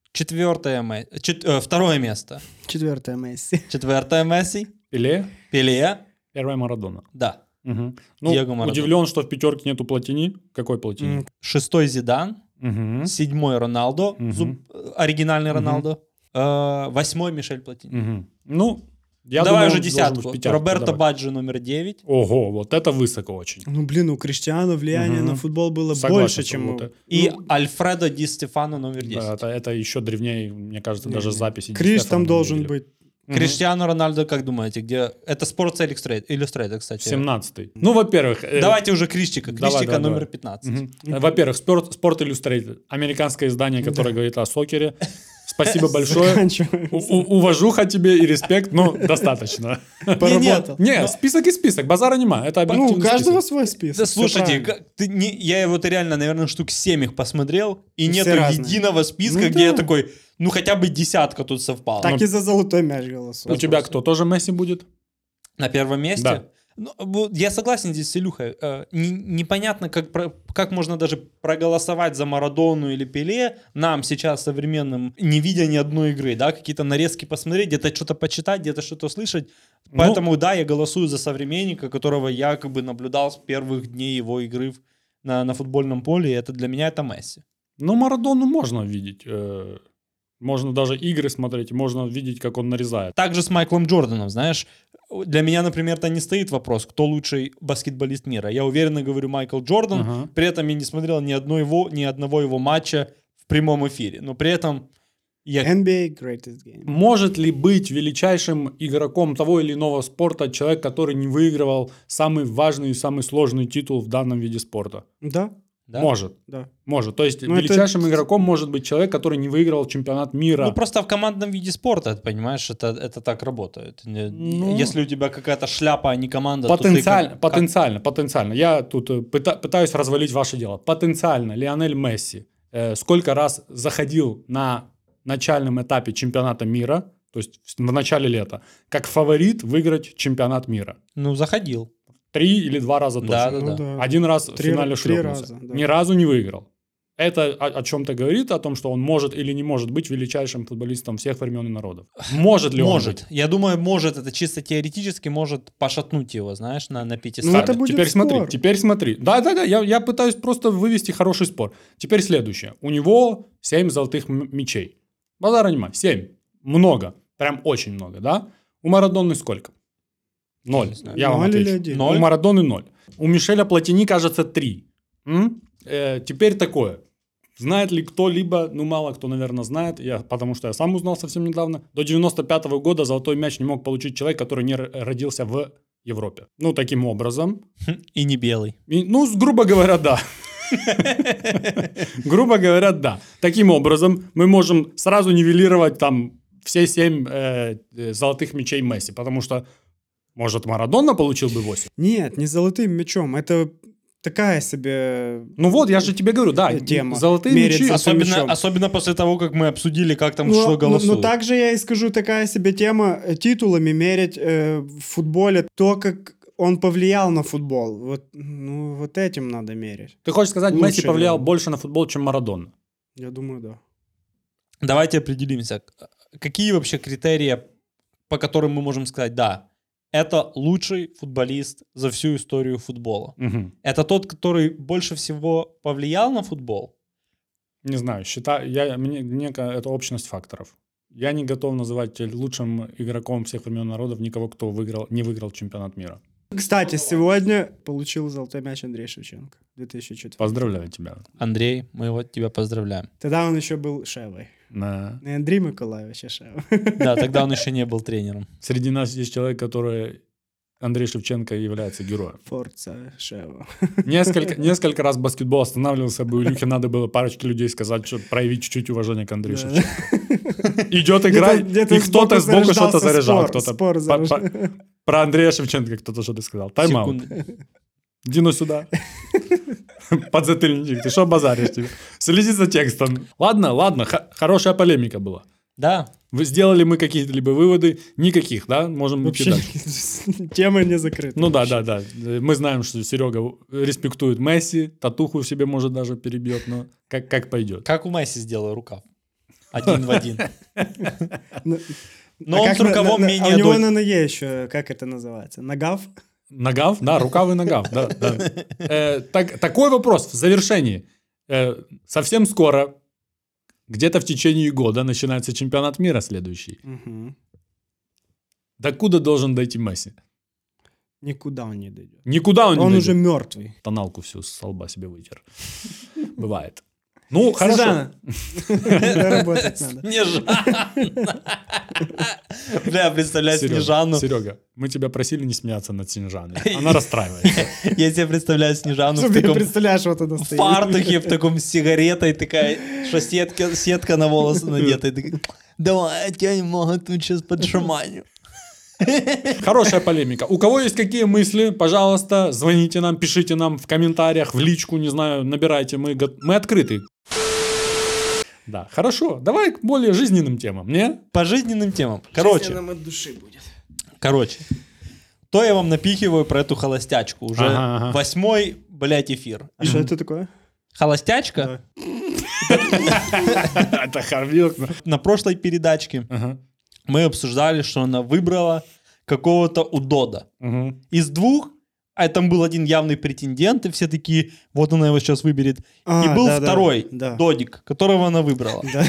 Четвертое Месси. Чет- э, второе место. Четвертое Месси. Четвертое Месси. Пеле, Пеле. первая Марадона. Да. Мгм. Ну, Диего Марадона. удивлен, что в пятерке нету Платини. Какой Платини? М, Шестой Зидан. Мгм. Седьмой Роналдо. Мгм. Зуб- э, оригинальный Мгм. Роналдо. Э, Восьмой Мишель Платини. Мгм. Ну, я Давай думаю, уже он должен быть десятку. в пятерке, Роберто давай. Баджи номер девять. Ого, вот это высоко очень. Ну, блин, у Криштиану влияние Мгм. на футбол было Согласен, больше, что чем вот у... это. И Ну, Альфредо Ди Стефано номер десять. Да, это, это еще древнее, мне кажется, Не, даже не. записи. Криш Ди Стефано там не должен видели. быть. Мгм. Криштиану Рональдо, как думаете, где? Это Sports Illustrated, Illustrated, кстати. семнадцатый. Ну, во-первых... э, Давайте уже Крищика. Давай, Крищика давай, номер давай. пятнадцать. Мгм. Э, Во-первых, Sport, Sport Illustrated. Американское издание, которое говорит о сокере. Спасибо большое. Заканчиваем. У- у- Уважуха тебе и респект, но достаточно. Поработал. Не, список и список, базара нема. Это Ну, у объективный каждого список. свой список. Да всё слушайте, правильно. как- ты не, я его ты реально, наверное, штук семь их посмотрел, и Все нету разные. единого списка, Ну где я да. такой, ну хотя бы десятка тут совпала. Так Ну, и за золотой мяч голосовал. У тебя кто, тоже Месси будет? на первом месте. Да. Ну, вот я согласен здесь с Илюхой. Э, не- непонятно, как, про- как можно даже проголосовать за Марадону или Пеле нам сейчас современным, не видя ни одной игры, да, какие-то нарезки посмотреть, где-то что-то почитать, где-то что-то услышать. Ну, Поэтому, да, я голосую за современника, которого я как бы наблюдал с первых дней его игры в- на, на футбольном поле, и это для меня это Месси. Ну, Марадону можно видеть. э, Можно даже игры смотреть, можно видеть, как он нарезает. Также с Майклом Джорданом, знаешь, для меня, например-то не стоит вопрос, кто лучший баскетболист мира. Я уверенно говорю Майкл Джордан, Ага. при этом я не смотрел ни, одной его, ни одного его матча в прямом эфире. Но при этом я... эн би эй greatest game. Может ли быть величайшим игроком того или иного спорта человек, который не выигрывал самый важный и самый сложный титул в данном виде спорта? Да, Да? Может. да. Может. То есть Ну, это- величайшим игроком может быть человек, который не выиграл чемпионат мира. Ну, просто в командном виде спорта, понимаешь, это, это так работает. Не- Ну, Если у тебя какая-то шляпа, а не команда, то ты Потенциально, как- потенциально, потенциально. Я тут э, пыта- пытаюсь развалить ваше дело. Потенциально Лионель Месси э, сколько раз заходил на начальном этапе чемпионата мира, то есть в в начале лета, как фаворит выиграть чемпионат мира? Ну, заходил. Три или два раза точно. Да, да, Ну да. да. Один раз в Три- финале три шлепнулся. раза, да. Ни разу не выиграл. Это о, о чем-то говорит, о том, что он может или не может быть величайшим футболистом всех времен и народов. Может ли он Может. быть? Я думаю, может. Это чисто теоретически может пошатнуть его, знаешь, на, на пятистах. Ну, это будет теперь смотри, спор. теперь смотри. Да-да-да, я, я пытаюсь просто вывести хороший спор. Теперь следующее. У него семь золотых м- мячей. Базара нема. семь. Много. Прям очень много, да? У Марадоны сколько? Ноль. Не знаю. Я вам Ноль или отвечу. один? Ноль? У Марадоны ноль. У Мишеля Платини, кажется, три. М? Э, теперь такое. Знает ли кто-либо, ну мало кто, наверное, знает, я, потому что я сам узнал совсем недавно, до девяносто пятого года золотой мяч не мог получить человек, который не р- родился в Европе. Ну, таким образом. И не белый. И, ну, с- грубо говоря, да. Грубо говоря, да. Таким образом, мы можем сразу нивелировать там все семь э, э, золотых мячей Месси, потому что, может, Марадона получил бы восемь? Нет, не золотым мячом. Это такая себе... Ну вот, я же тебе говорю, да, Тема. золотые Мерить мячи... за- Особенно, мячом. особенно после того, как мы обсудили, как там Ну, что ну, голосуют. ну, также я и скажу, такая себе тема э, титулами мерить э, в футболе то, как он повлиял на футбол. Вот, ну, вот этим надо мерить. Ты хочешь сказать, Лучше Месси повлиял ли? больше на футбол, чем Марадона? Я думаю, да. Давайте определимся. Какие вообще критерии, по которым мы можем сказать, да, это лучший футболист за всю историю футбола? Мгм. Это тот, который больше всего повлиял на футбол? Не знаю, считаю, я, мне, мне ка- это общность факторов. Я не готов называть лучшим игроком всех времен и народов никого, кто выиграл, не выиграл чемпионат мира. Кстати, сегодня получил золотой мяч Андрей Шевченко. две тысячи четвёртый. Поздравляю тебя. Андрей, мы вот тебя поздравляем. Тогда он еще был Шевой. На- Не Андрей Миколаевич, а Шева. Да, тогда он еще не был тренером. Среди нас есть человек, который Андрей Шевченко является героем. Форца Шева. Несколько, несколько раз баскетбол останавливался бы, у Илюхи надо было парочке людей сказать, что проявить чуть-чуть уважение к Андрею Да. Шевченко. Идет игра, Где-то- где-то и кто-то сбоку сбоку что-то зарождался заряжал. спор, Кто-то спор по- зарождался. по- про Андрея Шевченко кто-то что-то сказал. Тайм-аут. Секунды. Дину сюда. Подзатыльничек, ты что базаришь тебе? Следи за текстом. Ладно, ладно, х- хорошая полемика была. Да, Вы сделали мы какие-либо выводы? Никаких, да? Можем идти Вообще дальше. тема не закрыта. Ну да, да, да. Мы знаем, что Серега респектует Месси, татуху себе, может, даже перебьет, но как, как пойдет. как у Месси сделал рукав. один в один. Ну, Но а он как с на- рукавом на- менее А у него дочь. на ноге еще, как это называется? Нагав? Нагав? Да, рукав и нагав. Да, да. Э, так, такой вопрос в завершении. Э, совсем скоро, где-то в течение года, начинается чемпионат мира следующий. Мгм. Докуда должен дойти Месси? Никуда он не дойдет. Никуда он не Он дойдет. уже мертвый. Тоналку всю с лба себе вытер. Бывает. Ну, хорошо. Снежана, доработать надо. Снежана. Бля, представляю Серега, Снежану. Серега, мы тебя просили не смеяться над Снежаной. Она расстраивается. Я себе представляю Снежану в Что ты таком представляешь, вот она в стоит. фартухе, в таком с сигаретой, такая, что сетка, сетка на волосы надета. И такая, давай, я тебя немного тут сейчас подшаманю. Хорошая полемика. У кого есть какие мысли, пожалуйста, звоните нам, пишите нам в комментариях, в личку, не знаю, набирайте. Мы, го- мы открыты. Да, хорошо. Давай к более жизненным темам, не? По жизненным темам. Короче, нам от души будет. короче. То я вам напихиваю про эту холостячку. Уже Ага, ага. восьмой, блядь, эфир. А что это такое? Холостячка Это Харвилк. на прошлой передачке мы обсуждали, что она выбрала какого-то удода. Из двух, а там был один явный претендент, и все такие, вот она его сейчас выберет. А, и был да, да, второй, да. Додик, которого она выбрала. Да.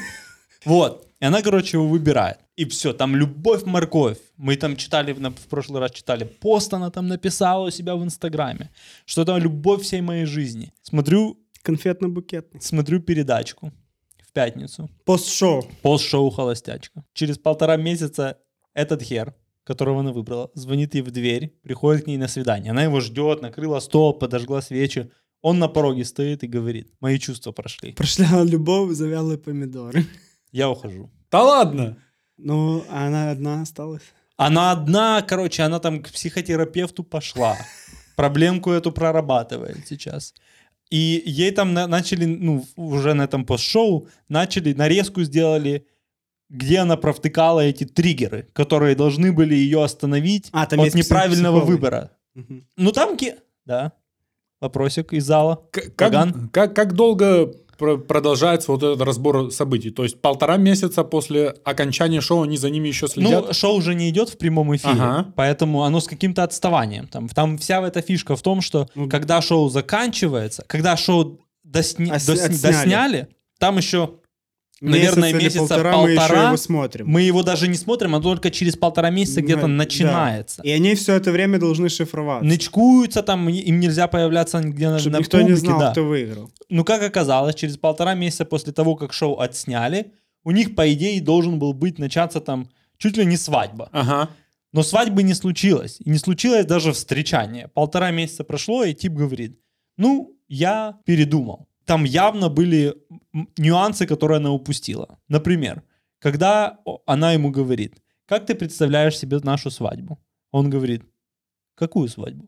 Вот. И она, короче, его выбирает. И все, там любовь-морковь. Мы там читали, на- в прошлый раз читали пост, она там написала у себя в Инстаграме, что это любовь всей моей жизни. Смотрю, Конфетно-букетный. смотрю передачку в пятницу. Пост-шоу. Пост-шоу «Холостячка». Через полтора месяца этот хер, которого она выбрала, звонит ей в дверь, приходит к ней на свидание. Она его ждет, накрыла стол, подожгла свечи. Он на пороге стоит и говорит, мои чувства прошли. Прошла любовь, завялые помидоры. Я ухожу. Да ладно. Ну, а она одна осталась. Она одна, короче, она там к психотерапевту пошла. Проблемку эту прорабатывает сейчас. И ей там на- начали, ну, уже на этом пост-шоу, начали, нарезку сделали, где она провтыкала эти триггеры, которые должны были ее остановить А, там от есть неправильного психолог. выбора. Мгм. Ну там... ки- Да. Вопросик из зала. К- Ваган? Как, как, как долго про- продолжается вот этот разбор событий? То есть полтора месяца после окончания шоу они за ними еще следят? Ну, шоу уже не идет в прямом эфире, Ага. поэтому оно с каким-то отставанием. Там, там вся эта фишка в том, что Ну, когда шоу заканчивается, когда шоу досня- Ос- досня- отсняли. досняли, там еще, наверное, Месяц или месяца полтора полтора, мы еще его смотрим. мы его даже не смотрим, а только через полтора месяца Мы- где-то да. начинается. И они все это время должны шифроваться. Нычкуются там, и- им нельзя появляться нигде на, Чтобы на никто не публике, знал, да. кто выиграл. Ну, как оказалось, через полтора месяца после того, как шоу отсняли, у них, по идее, должен был быть начаться там чуть ли не свадьба. Ага. Но свадьбы не случилось. И не случилось даже встречание. Полтора месяца прошло, и тип говорит, ну, я передумал. Там явно были м, нюансы, которые она упустила. Например, когда о- она ему говорит, как ты представляешь себе нашу свадьбу? Он говорит, какую свадьбу?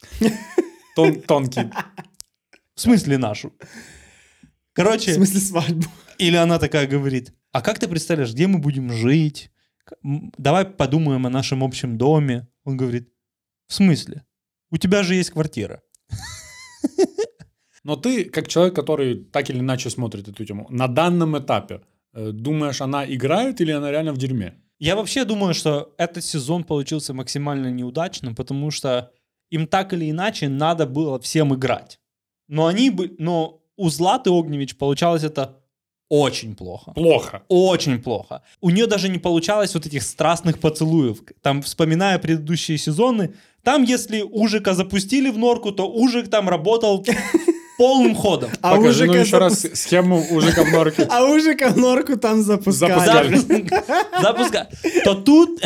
Тон- тонкий. В смысле нашу? В Короче, смысле свадьбу. или она такая говорит, а как ты представляешь, где мы будем жить? К- м, Давай подумаем о нашем общем доме. Он говорит, в смысле? У тебя же есть квартира. Но ты, как человек, который так или иначе смотрит эту тему, на данном этапе э, думаешь, она играет или она реально в дерьме? Я вообще думаю, что этот сезон получился максимально неудачным, потому что им так или иначе надо было всем играть. Но они бы, но у Златы Огневич получалось это очень плохо. Плохо. Очень плохо. У нее даже не получалось вот этих страстных поцелуев. Там, вспоминая предыдущие сезоны, там, если Ужика запустили в норку, то Ужик там работал полным ходом. А Покажи ну Ужика еще запу- раз схему Ужика в норке. А Ужика в норку там запускали. Запускали. Запуск- Запуска. То тут...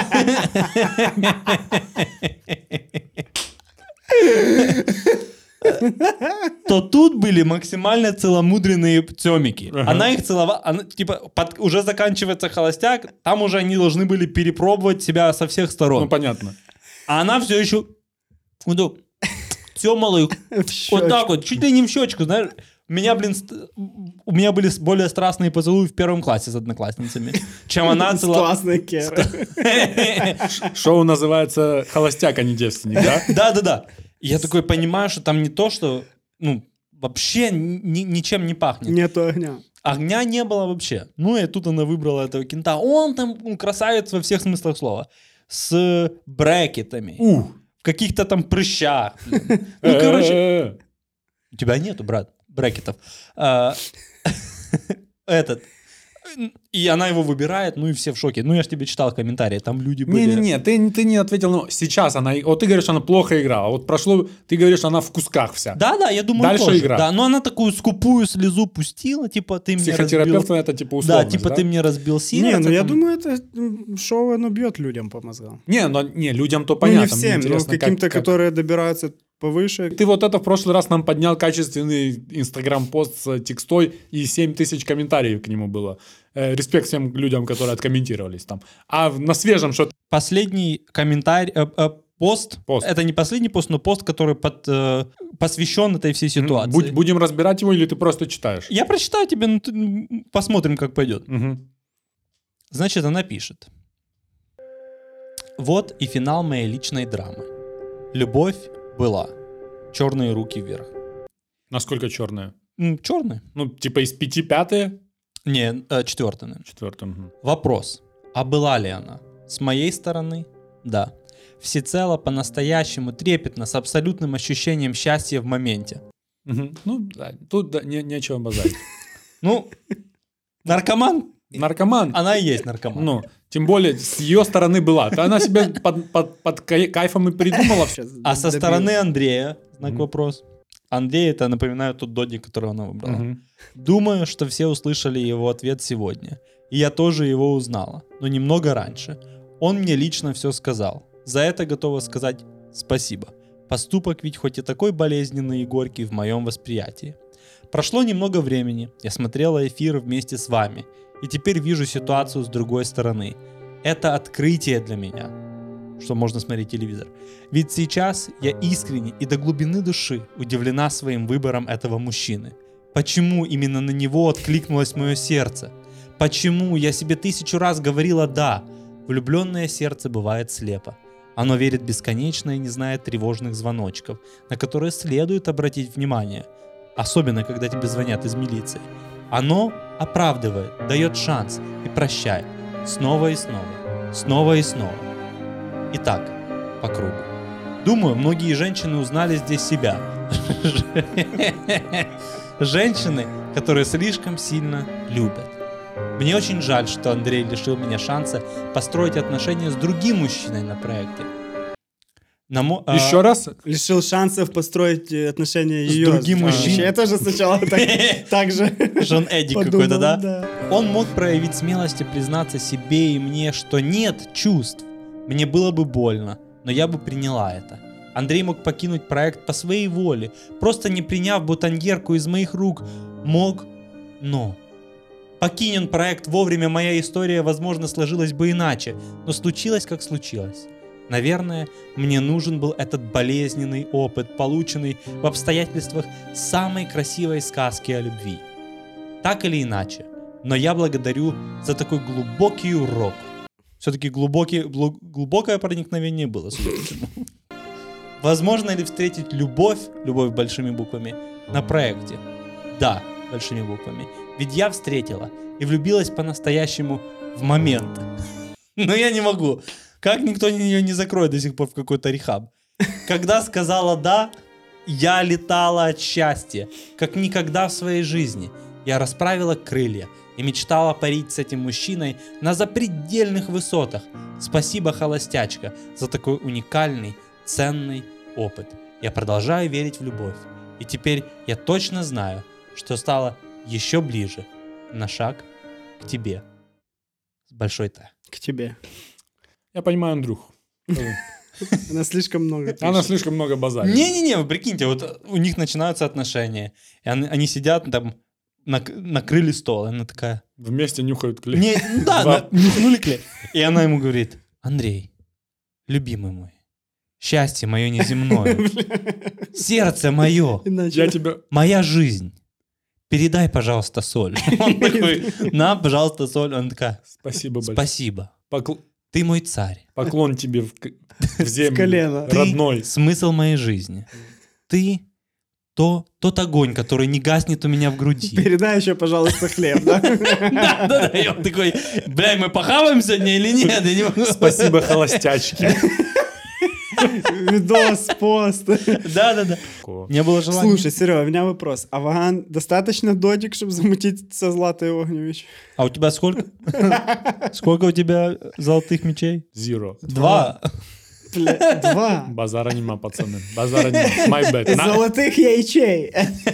То тут были максимально целомудренные темики. Ага. Она их целовала, она, типа, под- уже заканчивается холостяк, там уже они должны были перепробовать себя со всех сторон. Ну, понятно. А она все еще... Вот все малую. В Вот щёчку. так вот, чуть ли не в щечку, знаешь. У меня, блин, ст- у меня были с- более страстные поцелуи в первом классе с одноклассницами, чем она С целовала. классной Керой. Шоу называется «Холостяк, а не девственник», да? Да-да-да. И я такой понимаю, что там не то, что, ну, вообще ни- ничем не пахнет. Нету огня. Огня не было вообще. Ну и тут она выбрала этого кента. Он там ну, красавец во всех смыслах слова. С брекетами. Ух. В каких-то там прыщах. Ну, короче... У тебя нету, брат, брекетов. А, этот... И она его выбирает, ну и все в шоке. Ну я же тебе читал комментарии, там люди были... Не-не-не, ты, ты не ответил, но сейчас она... Вот ты говоришь, что она плохо играла, вот прошло... Ты говоришь, она в кусках вся. Да-да, я думаю, Дальше тоже. игра. Да, но она такую скупую слезу пустила, типа ты мне Психотерапевт разбил... это типа условность, Да, типа да? ты мне разбил сердце. Не, ну я там. думаю, это м, шоу, оно бьет людям по мозгам. Не, но не, людям то Ну, понятно. не мне всем, но интересно, как- каким-то, как- которые добираются повыше. Ты вот это в прошлый раз нам поднял качественный инстаграм-пост с текстой, и семь тысяч комментариев к нему было. Э, респект всем людям, которые откомментировались там. А в- на свежем что-то... Последний комментарий, э, э, пост, Пост. это не последний пост, но пост, который под, э, посвящен этой всей ситуации. Будь- будем разбирать его, или ты просто читаешь? Я прочитаю тебе, ну, ты, м, посмотрим, как пойдет. Мгм. Значит, она пишет. Вот и финал моей личной драмы. Любовь была. Черные руки вверх. Насколько черная? Черные? Ну, типа из пяти пятые? Не, э, четвертая, наверное. Четвертая. мгм. Вопрос. А была ли она? С моей стороны? Да. Всецело, по-настоящему, трепетно, с абсолютным ощущением счастья в моменте. Мгм. Ну, да, тут да, не, нечего базарить. Ну, наркоман, Наркоман. она и есть наркоман. Ну, тем более, с ее стороны была. То она себе под, под, под кай- кайфом и придумала все. Сейчас А со добью. стороны Андрея, знак Мгм. вопрос. Андрей, это, напоминаю, тот додик, которого она выбрала. Думаю, что все услышали его ответ сегодня. И я тоже его узнала, но немного раньше. Он мне лично все сказал. За это готова сказать спасибо. Поступок ведь хоть и такой болезненный и горький в моем восприятии. Прошло немного времени, я смотрела эфир вместе с вами, и теперь вижу ситуацию с другой стороны. Это открытие для меня, что можно смотреть телевизор. Ведь сейчас я искренне и до глубины души удивлена своим выбором этого мужчины. Почему именно на него откликнулось мое сердце? Почему я себе тысячу раз говорила «да»? Влюбленное сердце бывает слепо. Оно верит бесконечно и не знает тревожных звоночков, на которые следует обратить внимание. Особенно, когда тебе звонят из милиции. Оно оправдывает, дает шанс и прощает. Снова и снова. Снова и снова. Итак, по кругу. Думаю, многие женщины узнали здесь себя. Женщины, которые слишком сильно любят. Мне очень жаль, что Андрей лишил меня шанса построить отношения с другим мужчиной на проекте. На мо- а, Еще раз? Лишил шансов построить э, отношения С ее другим мужчиной. Я тоже сначала так, так же Жон Эдди подумал, какой-то, да? Он мог проявить смелость и признаться себе и мне, что нет чувств. Мне было бы больно, но я бы приняла это. Андрей мог покинуть проект по своей воле, просто не приняв бутоньерку из моих рук. Мог, но... Покинь он проект вовремя, моя история, возможно, сложилась бы иначе, но случилось, как случилось. Наверное, мне нужен был этот болезненный опыт, полученный в обстоятельствах самой красивой сказки о любви. Так или иначе, но я благодарю за такой глубокий урок. Все-таки глубокий, глу- глубокое проникновение было, судя по всему. Возможно ли встретить любовь, любовь большими буквами, на проекте? Да, большими буквами. Ведь я встретила и влюбилась по-настоящему в момент. Но я не могу. Как никто ее не закроет до сих пор в какой-то рехаб? Когда сказала «да», я летала от счастья, как никогда в своей жизни. Я расправила крылья и мечтала парить с этим мужчиной на запредельных высотах. Спасибо, холостячка, за такой уникальный, ценный опыт. Я продолжаю верить в любовь. И теперь я точно знаю, что стала еще ближе на шаг к тебе. С большой Т. К тебе. Я понимаю, Андрюх. Она слишком много Она пишет. слишком много базарит. Не-не-не, вы прикиньте, вот у них начинаются отношения. И они, они сидят там, нак- накрыли стол. И она такая... Вместе нюхают клей. Не, ну да, Два. на- нюхнули клей. И она ему говорит: Андрей, любимый мой, счастье мое неземное, сердце мое, Иначе- Я тебя... моя жизнь. Передай, пожалуйста, соль. Он такой: на, пожалуйста, соль. Она такая: Спасибо большое. спасибо, Покл- ты мой царь. Поклон тебе в, к- в землю. колено. Ты Родной. смысл моей жизни. Ты то тот огонь, который не гаснет у меня в груди. Передай еще, пожалуйста, хлеб, да? Да-да-да, и он такой, бля, мы похаваем сегодня или нет? Я не могу. Спасибо, холостячки. Видос, пост. Да-да-да. Не было желания. Слушай, Серега, у меня вопрос. А Ваган достаточно додик, чтобы замутить со Златой Огневич? А у тебя сколько? Сколько у тебя золотых мечей? Zero. Два. Бля, два. Базара нема, пацаны. Базара нема. My bad. На- Золотых яичей.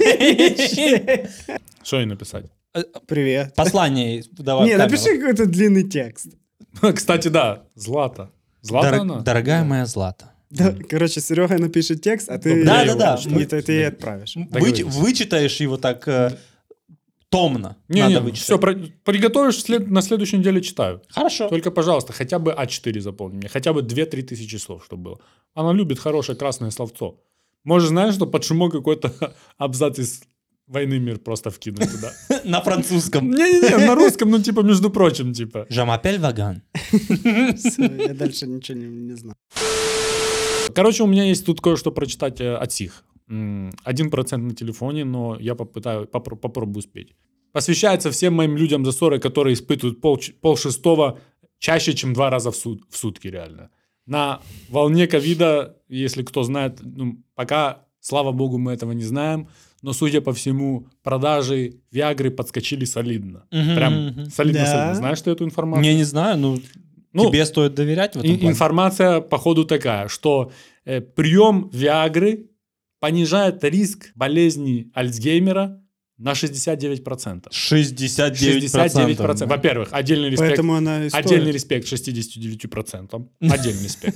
Что ей написать? Привет. Послание давай. Не, в камеру. напиши какой-то длинный текст. Кстати, да, Злата. Злата Дорог- она? Дорогая моя Злата. Да, короче, Серега напишет текст, а ты... Да, да, да. И ты, ты ей отправишь. Вы- Договорились. вычитаешь его так э, томно. Не, Надо не, вычитать. все, приготовишь, след- на следующей неделе читаю. Хорошо. Только, пожалуйста, хотя бы а четыре заполни мне, хотя бы две-три тысячи слов, чтобы было. Она любит хорошее красное словцо. Может, знаешь, что под шумок какой-то абзац из «Войны и мир» просто вкинуть туда. На французском. Не-не-не, на русском, ну, типа, между прочим, типа. Жамапель Ваган. Всё, я дальше ничего не, не знаю. Короче, у меня есть тут кое-что прочитать э, от сих. М, Один процент на телефоне, но я попытаю, попро- попробую успеть. Посвящается всем моим людям за сорок, которые испытывают пол, пол шестого чаще, чем два раза в, сут- в сутки, реально. На волне ковида, если кто знает, ну, пока, слава богу, мы этого не знаем, но, судя по всему, продажи Виагры подскочили солидно. Мгм, Прям мгм. солидно-солидно. Да? Знаешь ты эту информацию? Я не знаю, ну, Ну, тебе стоит доверять в этом И- плане. Информация, походу, такая, что э, прием Виагры понижает риск болезни Альцгеймера на шестьдесят девять процентов. шестьдесят девять шестьдесят девять процентов. процентов. Во-первых, отдельный респект. Поэтому она и стоит. Отдельный респект шестьдесят девять процентов. Отдельный респект.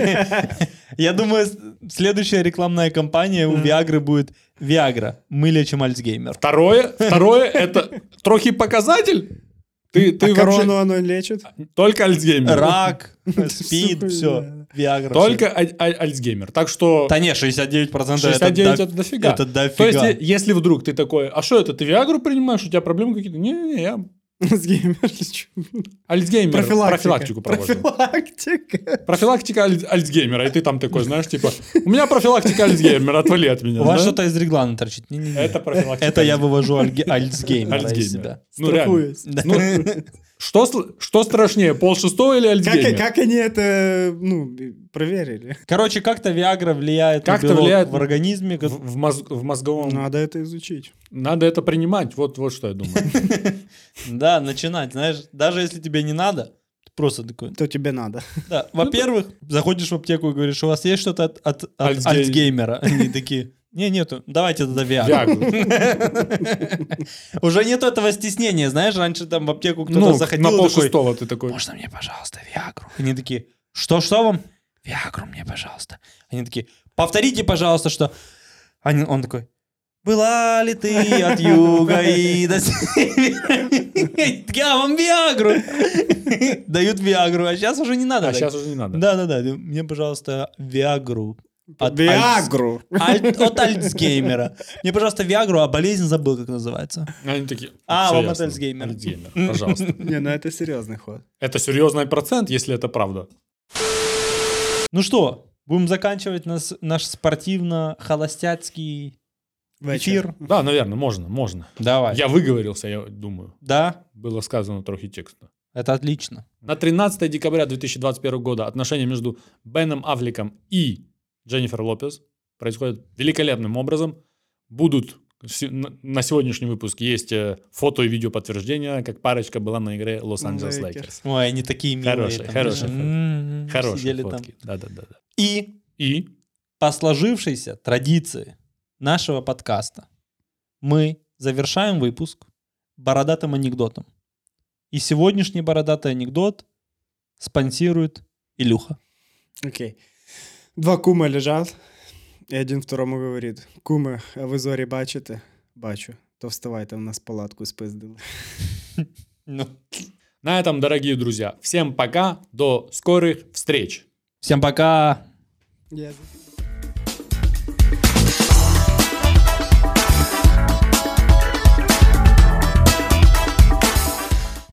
Я думаю, с- следующая рекламная кампания у Виагры будет Виагра. Мы лечим Альцгеймер. Второе, второе, это трохи показатель. Ты, ты А вообще... корону оно лечит? Только Альцгеймер. Рак, спид, Сука, все. да. Виагра. Только аль- аль- Альцгеймер. Так что... Да не, шестьдесят девять процентов шестьдесят девять это, это дофига. Это дофига. То есть, е- если вдруг ты такой, а что это, ты Виагру принимаешь, у тебя проблемы какие-то? Не-не-не, я С геймер лечу. Альцгеймер, Профилактика. профилактику провожу. Профилактика. Профилактика аль- Альцгеймера, и ты там такой, знаешь, типа, у меня профилактика Альцгеймера, отвали от меня. У вас да? что-то из реглана торчит. Не-не-не. Это профилактика. Это я вывожу альге- Альцгеймера из Альцгеймера. себя. Ну, реально. Страхуюсь. Ну, что, сл- что страшнее, пол шестого или Альцгеймер? Как, как они это, ну, проверили? Короче, как-то Виагра влияет Как-то на белок влияет в организме. В, в мозг- в мозговом... Надо это изучить. Надо это принимать, вот, вот что я думаю. Да, начинать, знаешь, даже если тебе не надо, ты просто такой. То тебе надо. Да, во-первых, заходишь в аптеку и говоришь, у вас есть что-то от, от- от Альцгей- Альцгеймера? Они такие, не, нету, давайте тогда Виагру. Виагру. Уже нету этого стеснения, знаешь, раньше там в аптеку кто-то Ну, заходил на пол такой, шестого ты такой. можно мне, пожалуйста, Виагру? Они такие, что-что вам? Виагру мне, пожалуйста. Они такие, повторите, пожалуйста, что... Они, он такой, была ли ты от юга и до севера? Я вам Виагру. Дают Виагру, а сейчас уже не надо. А так. сейчас уже не надо. Да-да-да, мне, пожалуйста, Виагру. От Виагру. Альц- Аль- От Альцгеймера. Мне, пожалуйста, Виагру, а болезнь забыл, как называется. Они такие, А, «Всё вам ясно, от Альцгеймера». Альцгеймер, пожалуйста. Не, ну это серьезный ход. Это серьезный процент, если это правда. Ну что, будем заканчивать нас, наш спортивно-холостяцкий эфир? Да, наверное, можно, можно. Давай. Я выговорился, я думаю. Да, Было сказано трохи текста. это отлично. На тринадцатое декабря две тысячи двадцать первого года отношения между Беном Аффлеком и Дженнифер Лопес происходят великолепным образом. Будут се- на- на сегодняшний выпуск есть э, фото и видео подтверждения, как парочка была на игре Лос-Анджелес Lakers. Лейкерс. Ой, они такие милые. Хорошие, там, хорошие знаешь, фотки. м-м-м, Хорошие сидели там. фотки. Да-да-да. И И по сложившейся традиции нашего подкаста мы завершаем выпуск бородатым анекдотом. И сегодняшний бородатый анекдот спонсирует Илюха. Окей. Два кума лежать, і один второму говорить: куми, а ви зорі бачите? Бачу. То вставайте, в нас палатку спиздили. Ну, на этом, дорогие друзья, всем пока, до скорых встреч. всем пока! Я...